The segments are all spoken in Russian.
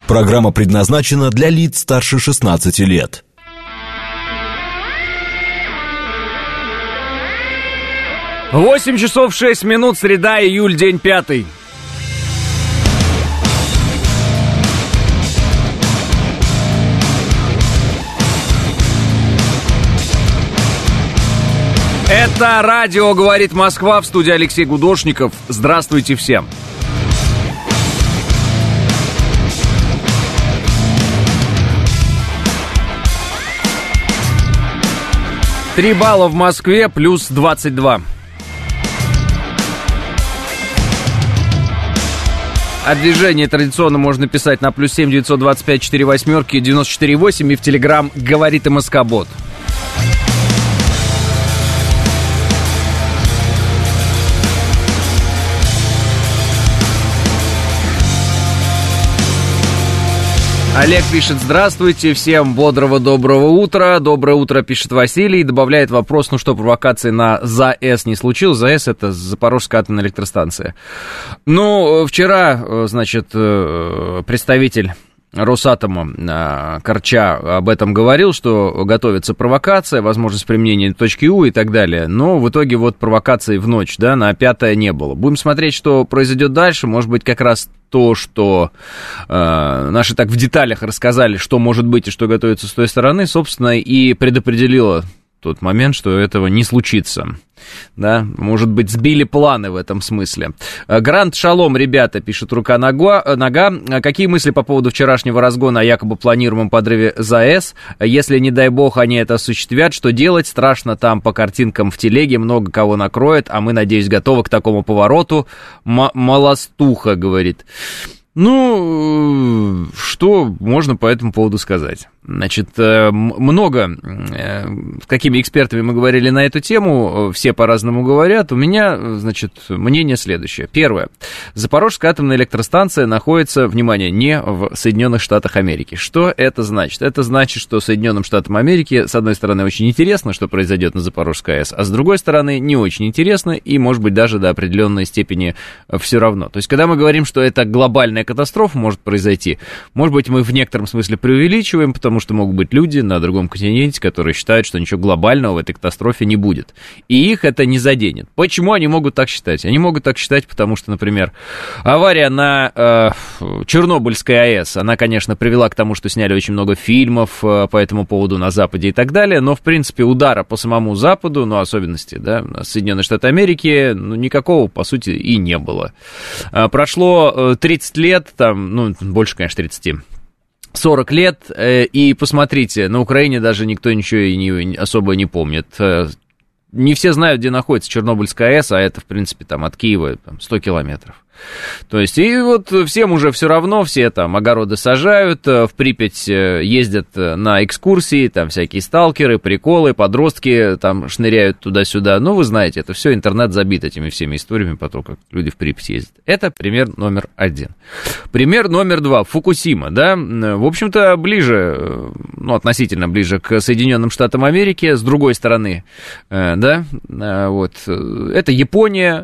Программа предназначена для лиц старше 16 лет. 8 часов 6 минут, среда, июль, день 5. Это радио «Говорит Москва», в студии Алексей Гудошников. Здравствуйте всем. Три балла в Москве, плюс 22. А движение традиционно можно писать на плюс 7 925 4 восьмерки 94 8 и в Телеграм «Говорит МСК-бот». Олег пишет: здравствуйте, всем бодрого доброго утра. Доброе утро, пишет Василий. Добавляет вопрос: ну что, провокации на ЗАЭС не случилось? ЗАЭС — это Запорожская атомная электростанция. Ну, вчера, значит, представитель Росатома Корча об этом говорил, что готовится провокация, возможность применения точки У и так далее. Но в итоге вот провокации в ночь, да, на 5-е не было. Будем смотреть, что произойдет дальше. Может быть, как раз то, что наши так в деталях рассказали, что может быть и что готовится с той стороны, собственно, и предопределило тот момент, что этого не случится. Да, может быть, сбили планы в этом смысле. Гранд шалом, ребята, пишет рука-нога. Какие мысли по поводу вчерашнего разгона о якобы планируемом подрыве ЗАЭС? Если, не дай бог, они это осуществят, что делать? Страшно там по картинкам в телеге, много кого накроет, а мы, надеюсь, готовы к такому повороту. Малостуха, говорит. Ну, что можно по этому поводу сказать? Значит, много, с какими экспертами мы говорили на эту тему, все по-разному говорят. У меня, значит, мнение следующее. Первое. Запорожская атомная электростанция находится, внимание, не в Соединенных Штатах Америки. Что это значит? Это значит, что Соединенным Штатам Америки, с одной стороны, очень интересно, что произойдет на Запорожской АЭС, а с другой стороны, не очень интересно и, может быть, даже до определенной степени все равно. То есть, когда мы говорим, что это глобальная катастрофа может произойти, может быть, мы в некотором смысле преувеличиваем, потому что могут быть люди на другом континенте, которые считают, что ничего глобального в этой катастрофе не будет. И их это не заденет. Почему они могут так считать? Они могут так считать, потому что, например, авария на Чернобыльской АЭС, она, конечно, привела к тому, что сняли очень много фильмов по этому поводу на Западе и так далее, но, в принципе, удара по самому Западу, ну, особенности, да, Соединенные Штаты Америки, ну, никакого, по сути, и не было. Прошло 30 лет, там, ну, больше, конечно, 30, 40 лет, и посмотрите, на Украине даже никто ничего и особо не помнит. Не все знают, где находится Чернобыльская АЭС, а это, в принципе, там от Киева там, 100 километров. То есть, и вот всем уже все равно, все там огороды сажают, в Припять ездят на экскурсии, там всякие сталкеры, приколы, подростки там шныряют туда-сюда. Ну, вы знаете, это все, интернет забит этими всеми историями по тому, как люди в Припять ездят. Это пример номер 1. Пример номер 2. Фукусима, да, в общем-то, ближе, ну, относительно ближе к Соединенным Штатам Америки, с другой стороны, да, вот, это Япония.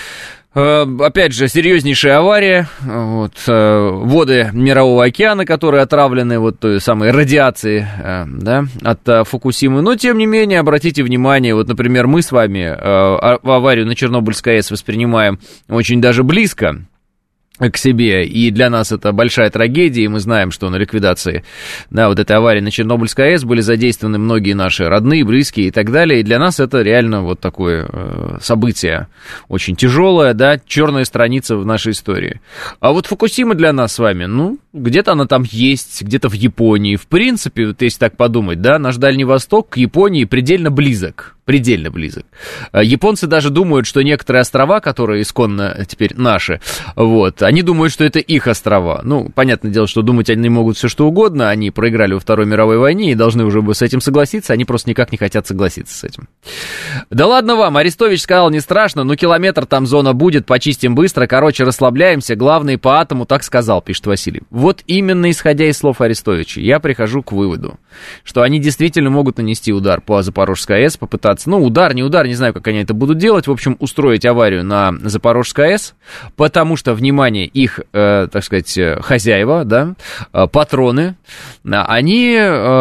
Опять же, серьезнейшая авария, вот, воды Мирового океана, которые отравлены вот той самой радиацией, да, от Фукусимы. Но, тем не менее, обратите внимание, вот, например, мы с вами аварию на Чернобыльской АЭС воспринимаем очень даже близко к себе, и для нас это большая трагедия, и мы знаем, что на ликвидации, да, вот этой аварии на Чернобыльской АЭС были задействованы многие наши родные, близкие и так далее, и для нас это реально вот такое событие очень тяжелое, да, черная страница в нашей истории. А вот Фукусима для нас с вами, ну, где-то она там есть, где-то в Японии, в принципе, вот если так подумать, да, наш Дальний Восток к Японии предельно близок. Предельно близок. Японцы даже думают, что некоторые острова, которые исконно теперь наши, вот, они думают, что это их острова. Ну, понятное дело, что думать они могут все что угодно, они проиграли во Второй мировой войне и должны уже бы с этим согласиться, они просто никак не хотят согласиться с этим. Да ладно вам, Арестович сказал, не страшно, ну километр там зона будет, почистим быстро, короче, расслабляемся, главный по атому так сказал, пишет Василий. Вот именно исходя из слов Арестовича, я прихожу к выводу, что они действительно могут нанести удар по Запорожской АЭС, попытаться попытаться, удар, не знаю, как они это будут делать, в общем, устроить аварию на Запорожской АЭС, потому что, внимание, их, так сказать, хозяева, да, патроны, они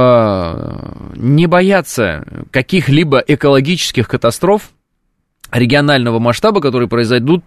не боятся каких-либо экологических катастроф регионального масштаба, которые произойдут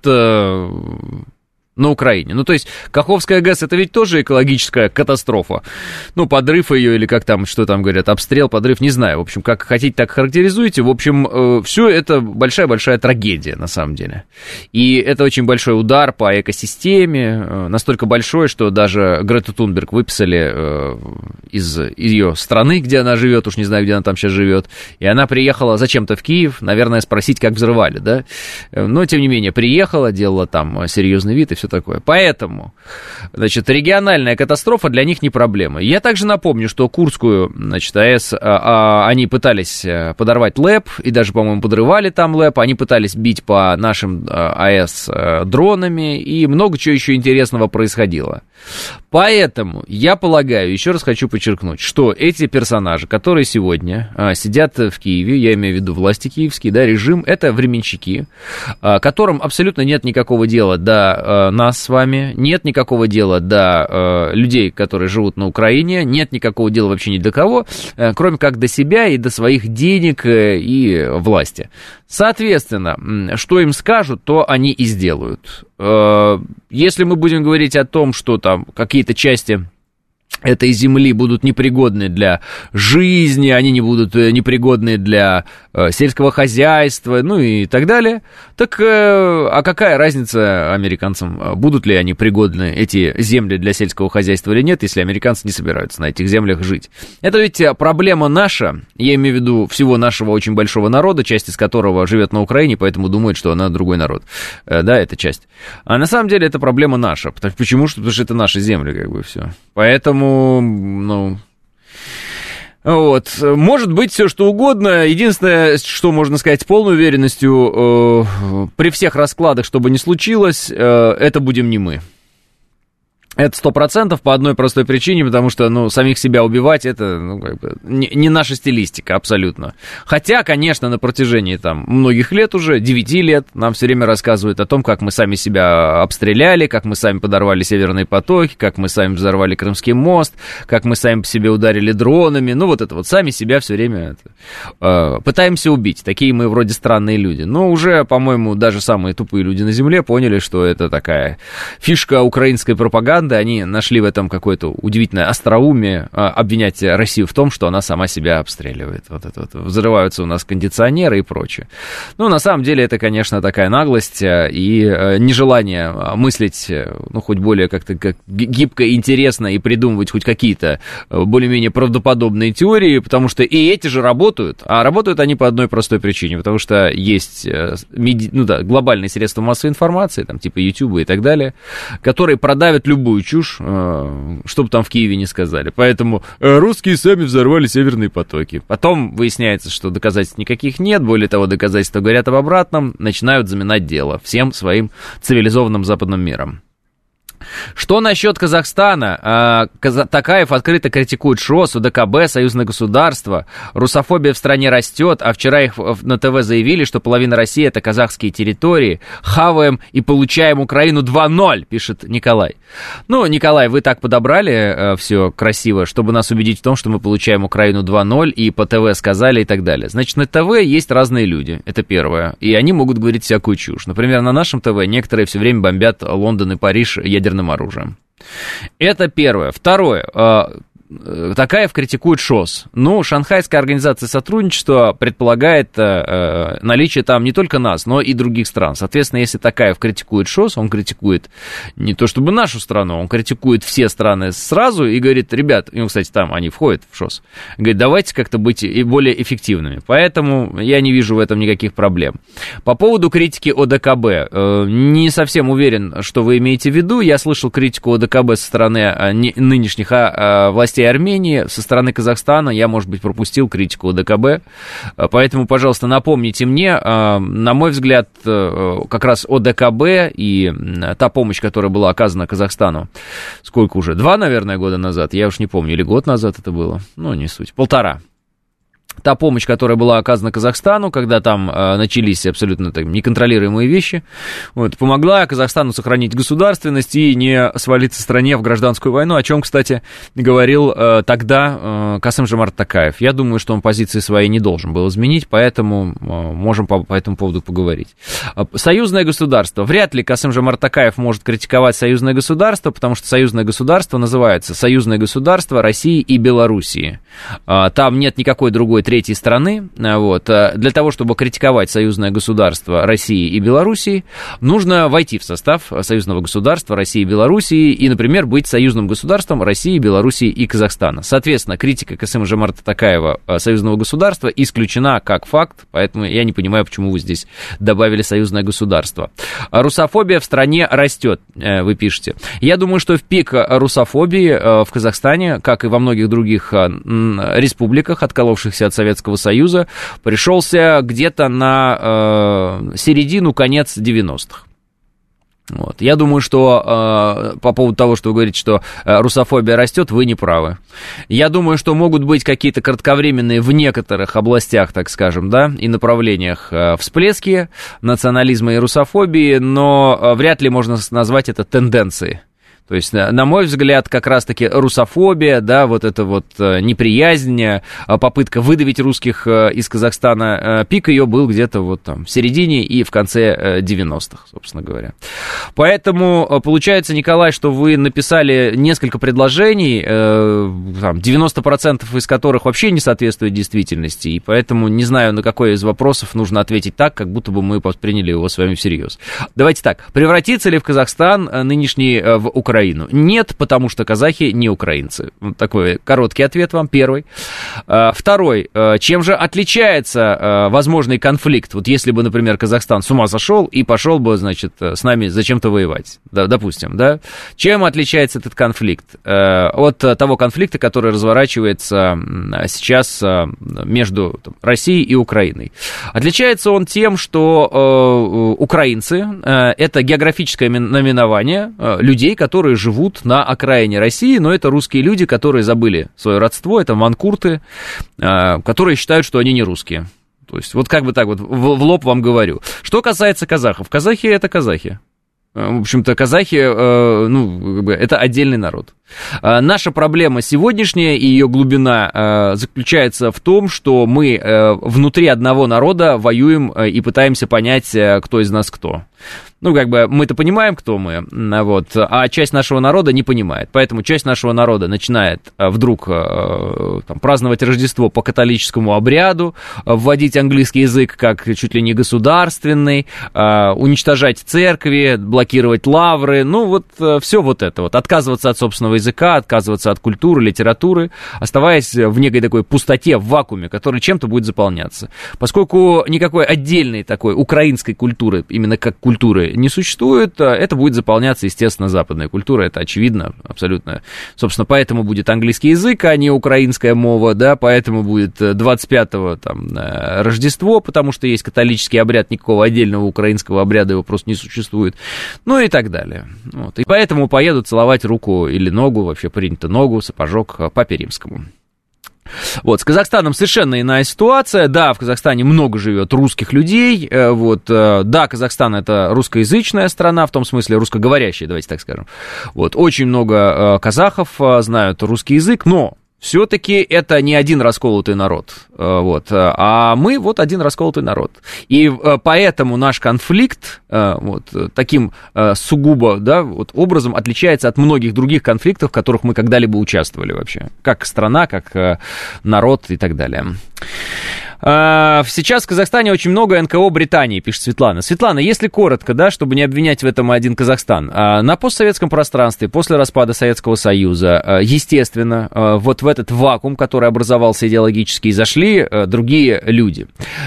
на Украине. То есть, Каховская ГЭС, это ведь тоже экологическая катастрофа. Подрыв ее, или как там, что там говорят, обстрел, подрыв, не знаю. В общем, как хотите, так характеризуйте. В общем, все это большая-большая трагедия, на самом деле. И это очень большой удар по экосистеме, настолько большой, что даже Грету Тунберг выписали из ее страны, где она живет, уж не знаю, где она там сейчас живет, и она приехала зачем-то в Киев, наверное, спросить, как взрывали, да? Но, тем не менее, приехала, делала там серьезный вид и все такое. Поэтому, значит, региональная катастрофа для них не проблема. Я также напомню, что Курскую, значит, АЭС, они пытались подорвать ЛЭП, и даже, по-моему, подрывали там ЛЭП, они пытались бить по нашим АЭС дронами, и много чего еще интересного происходило. Поэтому я полагаю, еще раз хочу подчеркнуть, что эти персонажи, которые сегодня сидят в Киеве, я имею в виду власти киевские, да, режим, это временщики, которым абсолютно нет никакого дела до нас с вами, нет никакого дела до людей, которые живут на Украине, нет никакого дела вообще ни до кого, кроме как до себя и до своих денег и власти. Соответственно, что им скажут, то они и сделают. Если мы будем говорить о том, что там какие-то части этой земли будут непригодны для жизни, они не будут непригодны для сельского хозяйства, и так далее. Так, а какая разница американцам, будут ли они пригодны, эти земли, для сельского хозяйства или нет, если американцы не собираются на этих землях жить? Это ведь проблема наша, я имею в виду всего нашего очень большого народа, часть из которого живет на Украине, поэтому думает, что она другой народ. Да, эта часть. А на самом деле это проблема наша. Почему? Потому что это наши земли, как бы, все. Поэтому может быть все что угодно. Единственное, что можно сказать с полной уверенностью, при всех раскладах, что бы ни случилось, это будем не мы. Это 100% по одной простой причине, потому что, самих себя убивать, это, не наша стилистика абсолютно. Хотя, конечно, на протяжении многих лет уже, 9 лет, нам все время рассказывают о том, как мы сами себя обстреляли, как мы сами подорвали Северные потоки, как мы сами взорвали Крымский мост, как мы сами по себе ударили дронами, сами себя все время пытаемся убить. Такие мы вроде странные люди. Но уже, по-моему, даже самые тупые люди на Земле поняли, что это такая фишка украинской пропаганды. Они нашли в этом какое-то удивительное остроумие обвинять Россию в том, что она сама себя обстреливает. Взрываются у нас кондиционеры и прочее. На самом деле, это, конечно, такая наглость и нежелание мыслить, хоть более как-то гибко и интересно и придумывать хоть какие-то более-менее правдоподобные теории, потому что и эти же работают, а работают они по одной простой причине, потому что есть глобальные средства массовой информации, типа YouTube и так далее, которые продавят любую чушь, что бы там в Киеве не сказали. Поэтому русские сами взорвали Северные потоки. Потом выясняется, что доказательств никаких нет, более того, доказательства говорят об обратном, начинают заминать дело всем своим цивилизованным западным миром. Что насчет Казахстана? Такаев открыто критикует ШОС, УДКБ, союзное государство. Русофобия в стране растет, а вчера их на ТВ заявили, что половина России — это казахские территории. Хаваем и получаем Украину 2-0, пишет Николай. Николай, вы так подобрали все красиво, чтобы нас убедить в том, что мы получаем Украину 2-0, и по ТВ сказали и так далее. Значит, на ТВ есть разные люди, это первое, и они могут говорить всякую чушь. Например, на нашем ТВ некоторые все время бомбят Лондон и Париж ядерным оружием. Это первое. Второе. Такаев критикует ШОС. Шанхайская организация сотрудничества предполагает наличие там не только нас, но и других стран. Соответственно, если Такаев критикует ШОС, он критикует не то чтобы нашу страну, он критикует все страны сразу и говорит: ребят, кстати, там они входят в ШОС, говорит, давайте как-то быть и более эффективными. Поэтому я не вижу в этом никаких проблем. По поводу критики ОДКБ, не совсем уверен, что вы имеете в виду. Я слышал критику ОДКБ со стороны нынешних властей Армении, со стороны Казахстана я, может быть, пропустил критику ОДКБ, поэтому, пожалуйста, напомните мне. На мой взгляд, как раз ОДКБ и та помощь, которая была оказана Казахстану, сколько уже, 2, наверное, года назад, я уж не помню, или год назад это было, не суть, 1,5. та помощь, которая была оказана Казахстану, когда там начались абсолютно неконтролируемые вещи, вот, помогла Казахстану сохранить государственность и не свалиться стране в гражданскую войну, о чем, кстати, говорил тогда Касым-Жомарт Токаев. Я думаю, что он позиции своей не должен был изменить, поэтому можем по этому поводу поговорить. Союзное государство. Вряд ли Касым-Жомарт Токаев может критиковать союзное государство, потому что союзное государство называется Союзное государство России и Белоруссии. Там нет никакой другой третьей страны. Вот. Для того, чтобы критиковать союзное государство России и Белоруссии, нужно войти в состав союзного государства России и Белоруссии и, например, быть союзным государством России, Белоруссии и Казахстана. Соответственно, критика Касыма-Жомарта Токаева союзного государства исключена как факт, поэтому я не понимаю, почему вы здесь добавили союзное государство. Русофобия в стране растет, вы пишете. Я думаю, что в пик русофобии в Казахстане, как и во многих других республиках, отколовшихся от Советского Союза, пришелся где-то на середину, конец 90-х. Вот. Я думаю, что по поводу того, что вы говорите, что русофобия растет, вы не правы. Я думаю, что могут быть какие-то кратковременные в некоторых областях, так скажем, да, и направлениях всплески национализма и русофобии, но вряд ли можно назвать это тенденцией. То есть, на мой взгляд, как раз-таки русофобия, да, вот эта вот неприязнь, попытка выдавить русских из Казахстана, пик ее был где-то вот там в середине и в конце 90-х, собственно говоря. Поэтому получается, Николай, что вы написали несколько предложений, там, 90% из которых вообще не соответствуют действительности, и поэтому не знаю, на какой из вопросов нужно ответить так, как будто бы мы восприняли его с вами всерьез. Давайте так, превратится ли в Казахстан нынешний в Украину? Нет, потому что казахи не украинцы. Вот такой короткий ответ вам, первый. Второй. Чем же отличается возможный конфликт? Вот если бы, например, Казахстан с ума сошел и пошел бы, значит, с нами зачем-то воевать, да, допустим, да? Чем отличается этот конфликт от того конфликта, который разворачивается сейчас между Россией и Украиной? Отличается он тем, что украинцы — это географическое наименование людей, которые живут на окраине России, но это русские люди, которые забыли свое родство, это манкурты, которые считают, что они не русские. То есть вот как бы так вот в лоб вам говорю. Что касается казахов, казахи — это казахи. В общем-то, казахи, это отдельный народ. Наша проблема сегодняшняя и ее глубина заключается в том, что мы внутри одного народа воюем и пытаемся понять, кто из нас кто. Ну, как бы мы-то понимаем, кто мы, вот, а часть нашего народа не понимает. Поэтому часть нашего народа начинает вдруг там, праздновать Рождество по католическому обряду, вводить английский язык как чуть ли не государственный, уничтожать церкви, блокировать лавры, ну, вот все вот это вот. Отказываться от собственного языка, отказываться от культуры, литературы, оставаясь в некой такой пустоте, в вакууме, который чем-то будет заполняться. Поскольку никакой отдельной такой украинской культуры, именно как культуры, не существует, это будет заполняться, естественно, западной культурой, это очевидно, абсолютно. Собственно, поэтому будет английский язык, а не украинская мова, да, поэтому будет 25-го там Рождество, потому что есть католический обряд, никакого отдельного украинского обряда его просто не существует, ну и так далее. Вот. И поэтому поедут целовать руку или ногу, вообще принято ногу, сапожок Папе Римскому. Вот, с Казахстаном совершенно иная ситуация. Да, в Казахстане много живет русских людей. Вот, да, Казахстан — это русскоязычная страна, в том смысле русскоговорящая, давайте так скажем. Вот, очень много казахов знают русский язык, но все-таки это не один расколотый народ, вот, а мы вот один расколотый народ. И поэтому наш конфликт вот, таким сугубо, да, вот, образом отличается от многих других конфликтов, в которых мы когда-либо участвовали вообще, как страна, как народ и так далее. Сейчас в Казахстане очень много НКО Британии, пишет Светлана. Светлана, если коротко, да, чтобы не обвинять в этом один Казахстан, на постсоветском пространстве, после распада Советского Союза, естественно, вот в этот вакуум, который образовался идеологически, зашли другие люди.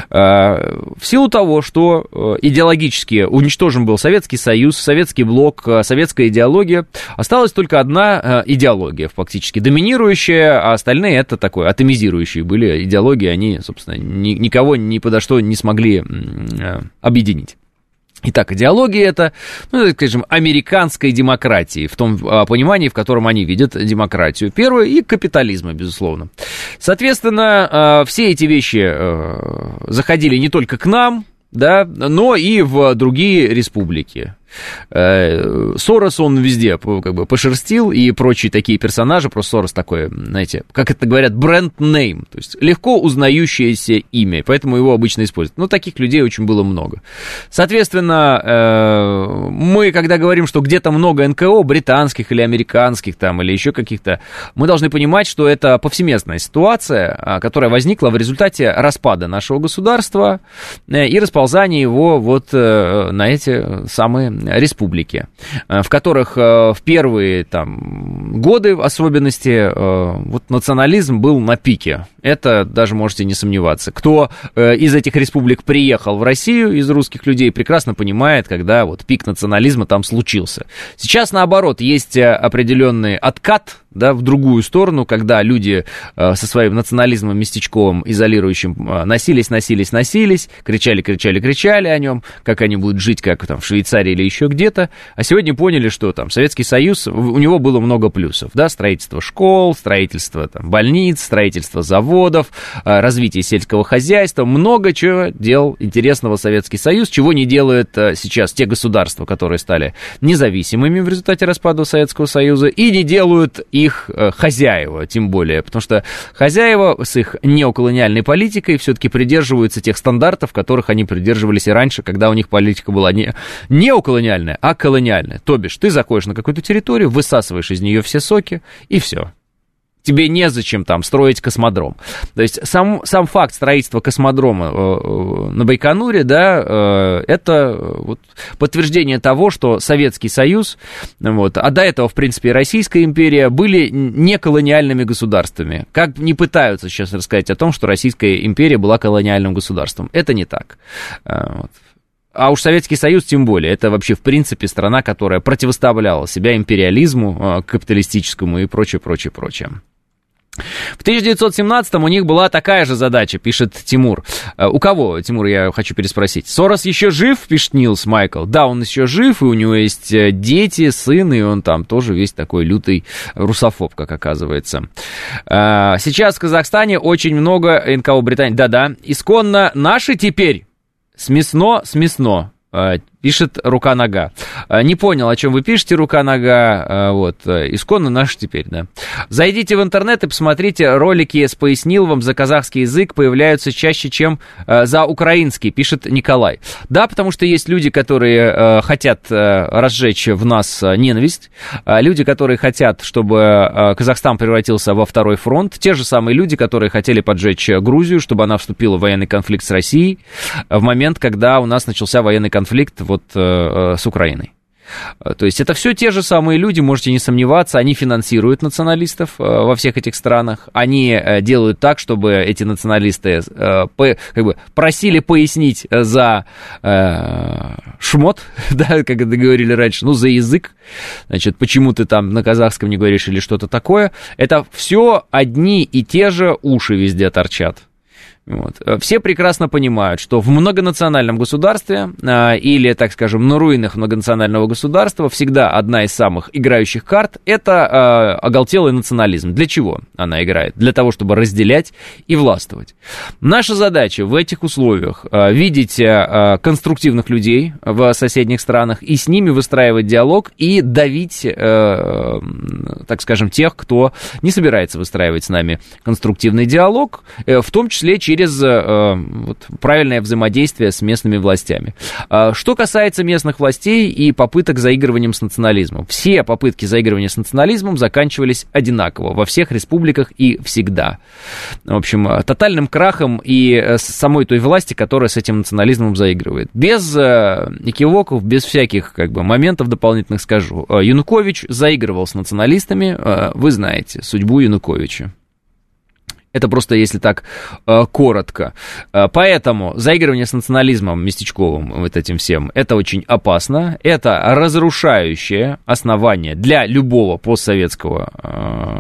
В силу того, что идеологически уничтожен был Советский Союз, Советский блок, советская идеология, осталась только одна идеология, фактически доминирующая, а остальные это такое, атомизирующие были идеологии, они, собственно, никого ни подо что не смогли объединить. Итак, идеология это, ну, так скажем, американской демократии, в том понимании, в котором они видят демократию. Первое, и капитализма, безусловно. Соответственно, все эти вещи заходили не только к нам, да, но и в другие республики. Сорос он везде как бы пошерстил, и прочие такие персонажи, просто Сорос такой, знаете, как это говорят, бренд-нейм, то есть легко узнающееся имя, поэтому его обычно используют. Но таких людей очень было много. Соответственно, мы, когда говорим, что где-то много НКО, британских или американских там, или еще каких-то, мы должны понимать, что это повсеместная ситуация, которая возникла в результате распада нашего государства и расползания его вот на эти самые республики, в которых в первые там годы в особенности вот национализм был на пике. Это даже можете не сомневаться. Кто из этих республик приехал в Россию, из русских людей, прекрасно понимает, когда вот пик национализма там случился. Сейчас, наоборот, есть определенный откат, да, в другую сторону, когда люди со своим национализмом местечковым, изолирующим, носились, кричали о нем, как они будут жить, как там в Швейцарии или еще где-то, а сегодня поняли, что там Советский Союз, у него было много плюсов, да, строительство школ, строительство там больниц, строительство заводов, развитие сельского хозяйства, много чего делал интересного Советский Союз, чего не делают сейчас те государства, которые стали независимыми в результате распада Советского Союза, и не делают их хозяева, тем более, потому что хозяева с их неоколониальной политикой все-таки придерживаются тех стандартов, которых они придерживались и раньше, когда у них политика была не неоколониальная, а колониальная. То бишь, ты заходишь на какую-то территорию, высасываешь из нее все соки, и все. Тебе незачем там строить космодром. То есть сам факт строительства космодрома на Байконуре, да, это вот подтверждение того, что Советский Союз, вот, а до этого, в принципе, и Российская империя были неколониальными государствами. Как не пытаются сейчас рассказать о том, что Российская империя была колониальным государством. Это не так. Вот. А уж Советский Союз тем более. Это вообще, в принципе, страна, которая противоставляла себя империализму капиталистическому и прочее. В 1917-м у них была такая же задача, пишет Тимур. У кого, Тимур, я хочу переспросить. Сорос еще жив, пишет Нилс Майкл. Да, он еще жив, и у него есть дети, сын, и он там тоже весь такой лютый русофоб, как оказывается. Сейчас в Казахстане очень много НКО Британии. Да-да, исконно наши теперь. Смешно. Пишет Рука-нога. Не понял, о чем вы пишете, Рука-нога. Вот, исконно наш теперь, да. Зайдите в интернет и посмотрите, ролики с «Пояснил вам» за казахский язык появляются чаще, чем за украинский, пишет Николай. Да, потому что есть люди, которые хотят разжечь в нас ненависть, люди, которые хотят, чтобы Казахстан превратился во второй фронт, те же самые люди, которые хотели поджечь Грузию, чтобы она вступила в военный конфликт с Россией в момент, когда у нас начался военный конфликт вот с Украиной. То есть это все те же самые люди, можете не сомневаться, они финансируют националистов во всех этих странах, они делают так, чтобы эти националисты как бы просили пояснить за шмот, да, как это говорили раньше, ну, за язык, значит, почему ты там на казахском не говоришь или что-то такое. Это все одни и те же уши везде торчат. Вот. Все прекрасно понимают, что в многонациональном государстве или, так скажем, на руинах многонационального государства всегда одна из самых играющих карт – это оголтелый национализм. Для чего она играет? Для того, чтобы разделять и властвовать. Наша задача в этих условиях видеть конструктивных людей в соседних странах и с ними выстраивать диалог и давить, так скажем, тех, кто не собирается выстраивать с нами конструктивный диалог, в том числе через вот, правильное взаимодействие с местными властями. Что касается местных властей и попыток заигрыванием с национализмом. Все попытки заигрывания с национализмом заканчивались одинаково во всех республиках и всегда. В общем, тотальным крахом и самой той власти, которая с этим национализмом заигрывает. Без экивоков, без всяких как бы моментов дополнительных скажу. Янукович заигрывал с националистами. Вы знаете судьбу Януковича. Это просто, если так, коротко. Поэтому заигрывание с национализмом местечковым, вот этим всем, это очень опасно. Это разрушающее основание для любого постсоветского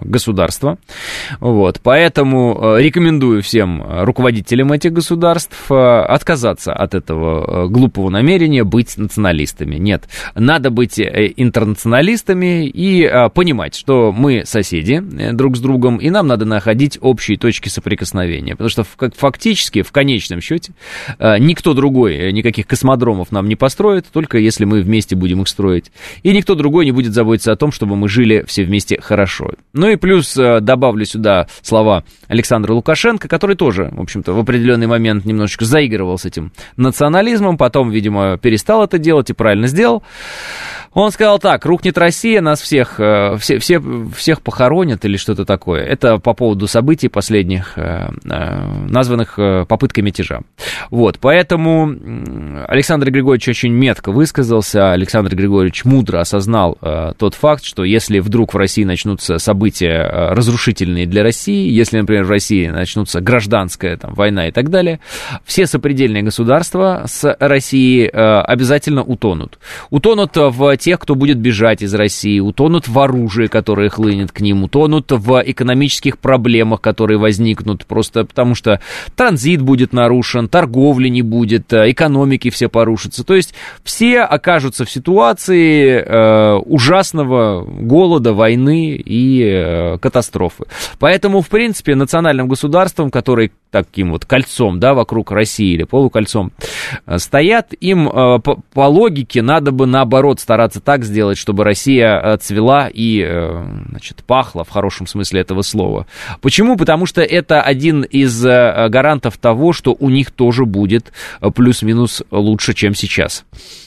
государства. Вот. Поэтому рекомендую всем руководителям этих государств отказаться от этого глупого намерения быть националистами. Нет, надо быть интернационалистами и понимать, что мы соседи друг с другом, и нам надо находить общие точки соприкосновения. Потому что фактически, в конечном счете, никто другой никаких космодромов нам не построит, только если мы вместе будем их строить. И никто другой не будет заботиться о том, чтобы мы жили все вместе хорошо. Ну и плюс добавлю сюда слова Александра Лукашенко, который тоже, в общем-то, в определенный момент немножечко заигрывал с этим национализмом, потом, видимо, перестал это делать и правильно сделал. Он сказал так: рухнет Россия, нас всех похоронят или что-то такое. Это по поводу событий последних, названных попыткой мятежа. Вот, поэтому Александр Григорьевич очень метко высказался. Александр Григорьевич мудро осознал тот факт, что если вдруг в России начнутся события разрушительные для России, если, например, в России начнутся гражданская там, война и так далее, все сопредельные государства с Россией обязательно утонут. Утонут в тех, кто будет бежать из России, утонут в оружии, которое хлынет к ним, утонут в экономических проблемах, которые возникнут, просто потому что транзит будет нарушен, торговли не будет, экономики все порушатся. То есть все окажутся в ситуации ужасного голода, войны и катастрофы. Поэтому, в принципе, национальным государством, которые таким вот кольцом, да, вокруг России или полукольцом стоят, им по логике надо бы наоборот стараться так сделать, чтобы Россия цвела и, значит, пахла в хорошем смысле этого слова. Почему? Потому что это один из гарантов того, что у них тоже будет плюс-минус лучше, чем сейчас.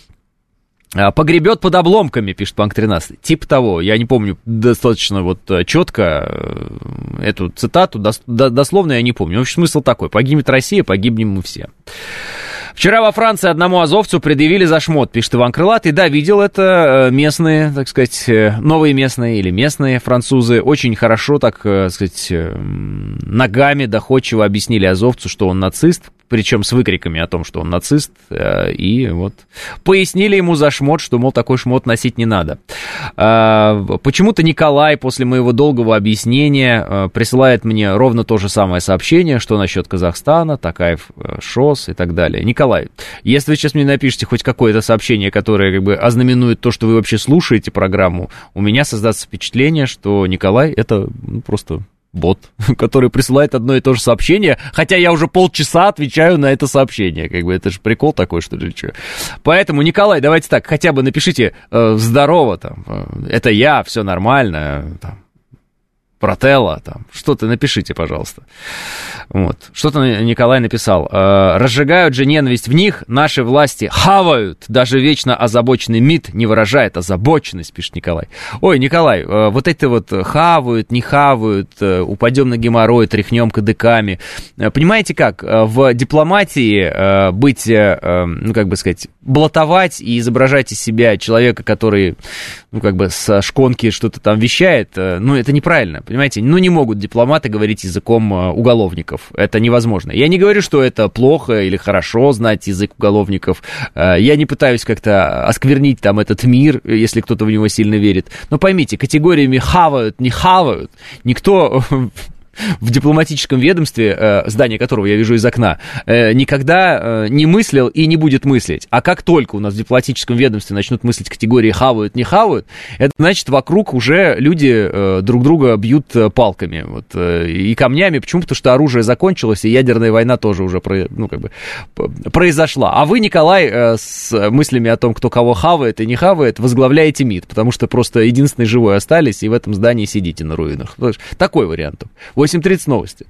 Погребет под обломками, пишет Панк 13. Типа того, я не помню достаточно вот четко эту цитату, дословно я не помню. В общем, смысл такой: погибнет Россия, погибнем мы все. Вчера во Франции одному азовцу предъявили за шмот, пишет Иван Крылатый. Да, видел это, местные, так сказать, новые местные или местные французы очень хорошо, так сказать, ногами доходчиво объяснили азовцу, что он нацист, причем с выкриками о том, что он нацист, и вот пояснили ему за шмот, что, мол, такой шмот носить не надо. Почему-то Николай после моего долгого объяснения присылает мне ровно то же самое сообщение, что насчет Казахстана, Такаев, ШОС и так далее. Николай, если вы сейчас мне напишите хоть какое-то сообщение, которое как бы ознаменует то, что вы вообще слушаете программу, у меня создастся впечатление, что Николай это просто бот, который присылает одно и то же сообщение, хотя я уже полчаса отвечаю на это сообщение. Как бы это же прикол такой, что ли, что? Поэтому, Николай, давайте так, хотя бы напишите «здорово», там, «это я, все нормально», там, Брателло, там, что-то напишите, пожалуйста. Вот. Что-то Николай написал. Разжигают же ненависть в них, наши власти хавают. Даже вечно озабоченный МИД не выражает озабоченность, пишет Николай. Ой, Николай, вот это вот хавают, не хавают, упадем на геморрой, тряхнем кадыками. Понимаете как? В дипломатии быть, ну, как бы сказать, блатовать и изображать из себя человека, который, ну, как бы со шконки что-то там вещает, ну, это неправильно. Понимаете, ну не могут дипломаты говорить языком уголовников, это невозможно. Я не говорю, что это плохо или хорошо знать язык уголовников, я не пытаюсь как-то осквернить там этот мир, если кто-то в него сильно верит, но поймите, категориями хавают, не хавают, никто в дипломатическом ведомстве, здание которого я вижу из окна, никогда не мыслил и не будет мыслить. А как только у нас в дипломатическом ведомстве начнут мыслить категории хавают, не хавают, это значит, вокруг уже люди друг друга бьют палками вот, и камнями. Почему? Потому что оружие закончилось, и ядерная война тоже уже ну, как бы, произошла. А вы, Николай, с мыслями о том, кто кого хавает и не хавает, возглавляете МИД, потому что просто единственный живой остались, и в этом здании сидите на руинах. Такой вариант. 8:30 новости.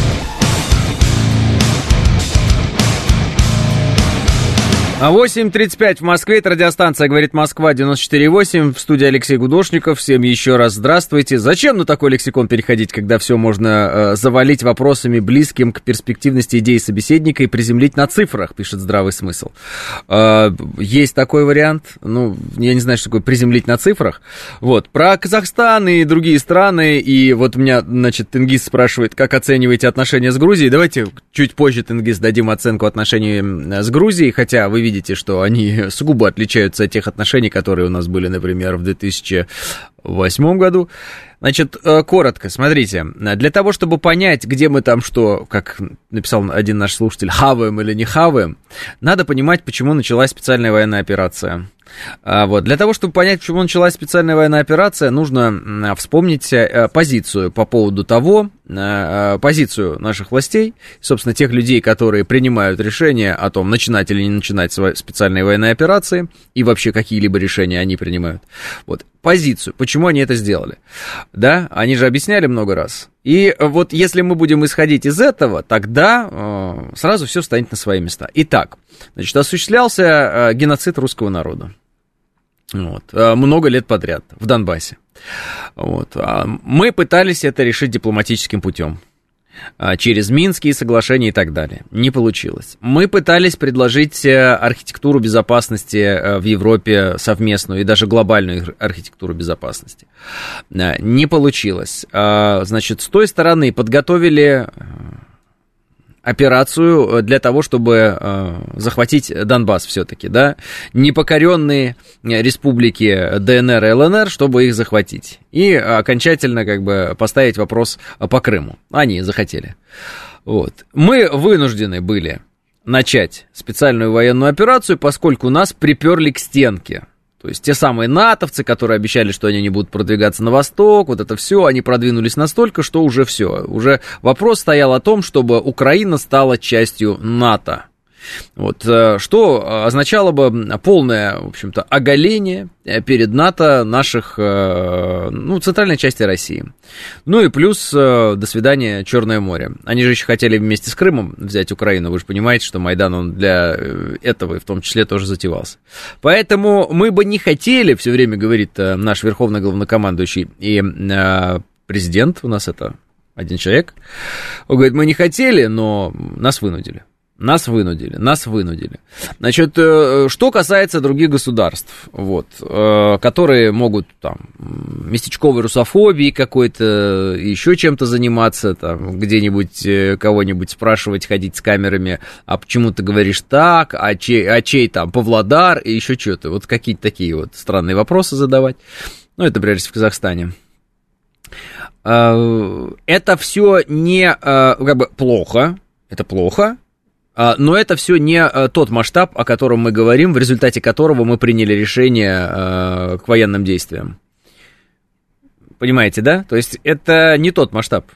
А 8:35 в Москве, это радиостанция «Говорит Москва», 94,8, в студии Алексей Гудошников. Всем еще раз здравствуйте. Зачем на такой лексикон переходить, когда все можно завалить вопросами, близким к перспективности идеи собеседника и приземлить на цифрах, пишет «Здравый смысл». Есть такой вариант, ну, я не знаю, что такое приземлить на цифрах. Вот, про Казахстан и другие страны, и вот меня, значит, Тенгиз спрашивает, как оцениваете отношения с Грузией. Давайте чуть позже, Тенгиз, дадим оценку отношений с Грузией, хотя вы видите, что они сугубо отличаются от тех отношений, которые у нас были, например, в 2008 году. Значит, коротко, смотрите, для того, чтобы понять, где мы там что, как написал один наш слушатель, хаваем или не хаваем, надо понимать, почему началась специальная военная операция. Вот. Для того, чтобы понять, почему началась специальная военная операция, нужно вспомнить позицию по поводу того, позицию наших властей, собственно, тех людей, которые принимают решение о том, начинать или не начинать специальные военные операции, и вообще какие-либо решения они принимают. Вот. Позицию, почему они это сделали. Да, они же объясняли много раз. И вот если мы будем исходить из этого, тогда сразу все станет на свои места. Итак, значит, осуществлялся геноцид русского народа. Вот, много лет подряд в Донбассе. Вот. Мы пытались это решить дипломатическим путем. Через Минские соглашения и так далее. Не получилось. Мы пытались предложить архитектуру безопасности в Европе совместную и даже глобальную архитектуру безопасности. Не получилось. Значит, с той стороны подготовили операцию для того, чтобы захватить Донбасс все-таки, да, непокоренные республики ДНР и ЛНР, чтобы их захватить. И окончательно как бы поставить вопрос по Крыму. Они захотели. Вот. Мы вынуждены были начать специальную военную операцию, поскольку нас приперли к стенке. То есть те самые натовцы, которые обещали, что они не будут продвигаться на восток, вот это все, они продвинулись настолько, что уже все. Уже вопрос стоял о том, чтобы Украина стала частью НАТО. Вот, что означало бы полное, в общем-то, оголение перед НАТО наших, центральной части России. Ну и плюс, до свидания, Черное море. Они же еще хотели вместе с Крымом взять Украину. Вы же понимаете, что Майдан, он для этого, и в том числе, тоже затевался. Поэтому мы бы не хотели, все время говорит наш верховный главнокомандующий и президент, у нас это один человек, он говорит, мы не хотели, но нас вынудили. Нас вынудили. Значит, что касается других государств, вот, которые могут там местечковой русофобией какой-то, еще чем-то заниматься, там, где-нибудь кого-нибудь спрашивать, ходить с камерами, а почему ты говоришь так, а чей там Павлодар, и еще что-то, вот какие-то такие вот странные вопросы задавать. Ну, это, например, в Казахстане. Это все не как бы плохо, это плохо. Но это все не тот масштаб, о котором мы говорим, в результате которого мы приняли решение к военным действиям. Понимаете, да? То есть это не тот масштаб.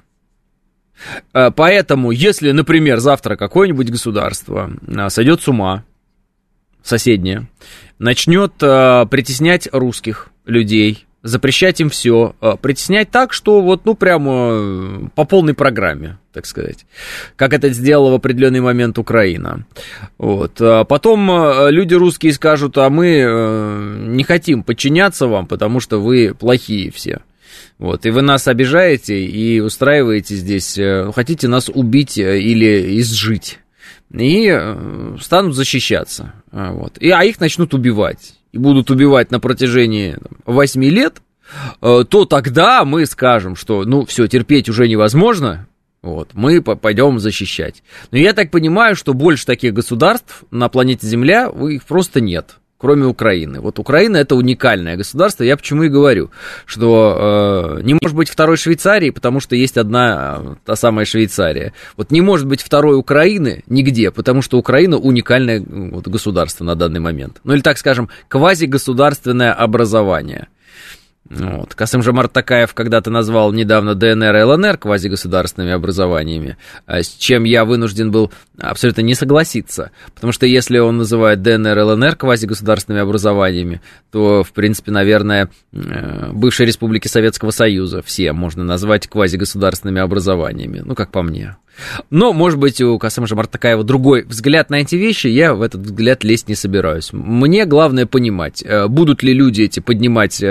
Поэтому, если, например, завтра какое-нибудь государство сойдет с ума, соседнее, начнет притеснять русских людей, запрещать им все, притеснять так, что вот, прямо по полной программе, так сказать, как это сделала в определенный момент Украина. Вот. Потом люди русские скажут, а мы не хотим подчиняться вам, потому что вы плохие все. Вот. И вы нас обижаете и устраиваете здесь, хотите нас убить или изжить. И станут защищаться. Вот. А их начнут убивать. И будут убивать на протяжении 8 лет, то тогда мы скажем, что, все, терпеть уже невозможно, вот, мы пойдем защищать. Но я так понимаю, что больше таких государств на планете Земля, их просто нет, кроме Украины. Вот Украина — это уникальное государство, я почему и говорю, что не может быть второй Швейцарии, потому что есть одна, та самая Швейцария. Вот не может быть второй Украины нигде, потому что Украина уникальное государство на данный момент. Ну или, так скажем, квазигосударственное образование. Вот. Касым-Жомарт Токаев когда-то назвал недавно ДНР и ЛНР квазигосударственными образованиями, с чем я вынужден был абсолютно не согласиться, потому что если он называет ДНР и ЛНР квазигосударственными образованиями, то, в принципе, наверное, бывшие республики Советского Союза все можно назвать квазигосударственными образованиями, как по мне. Но, может быть, у Касым-Жомарта Токаева другой взгляд на эти вещи, я в этот взгляд лезть не собираюсь. Мне главное понимать, будут ли люди эти поднимать,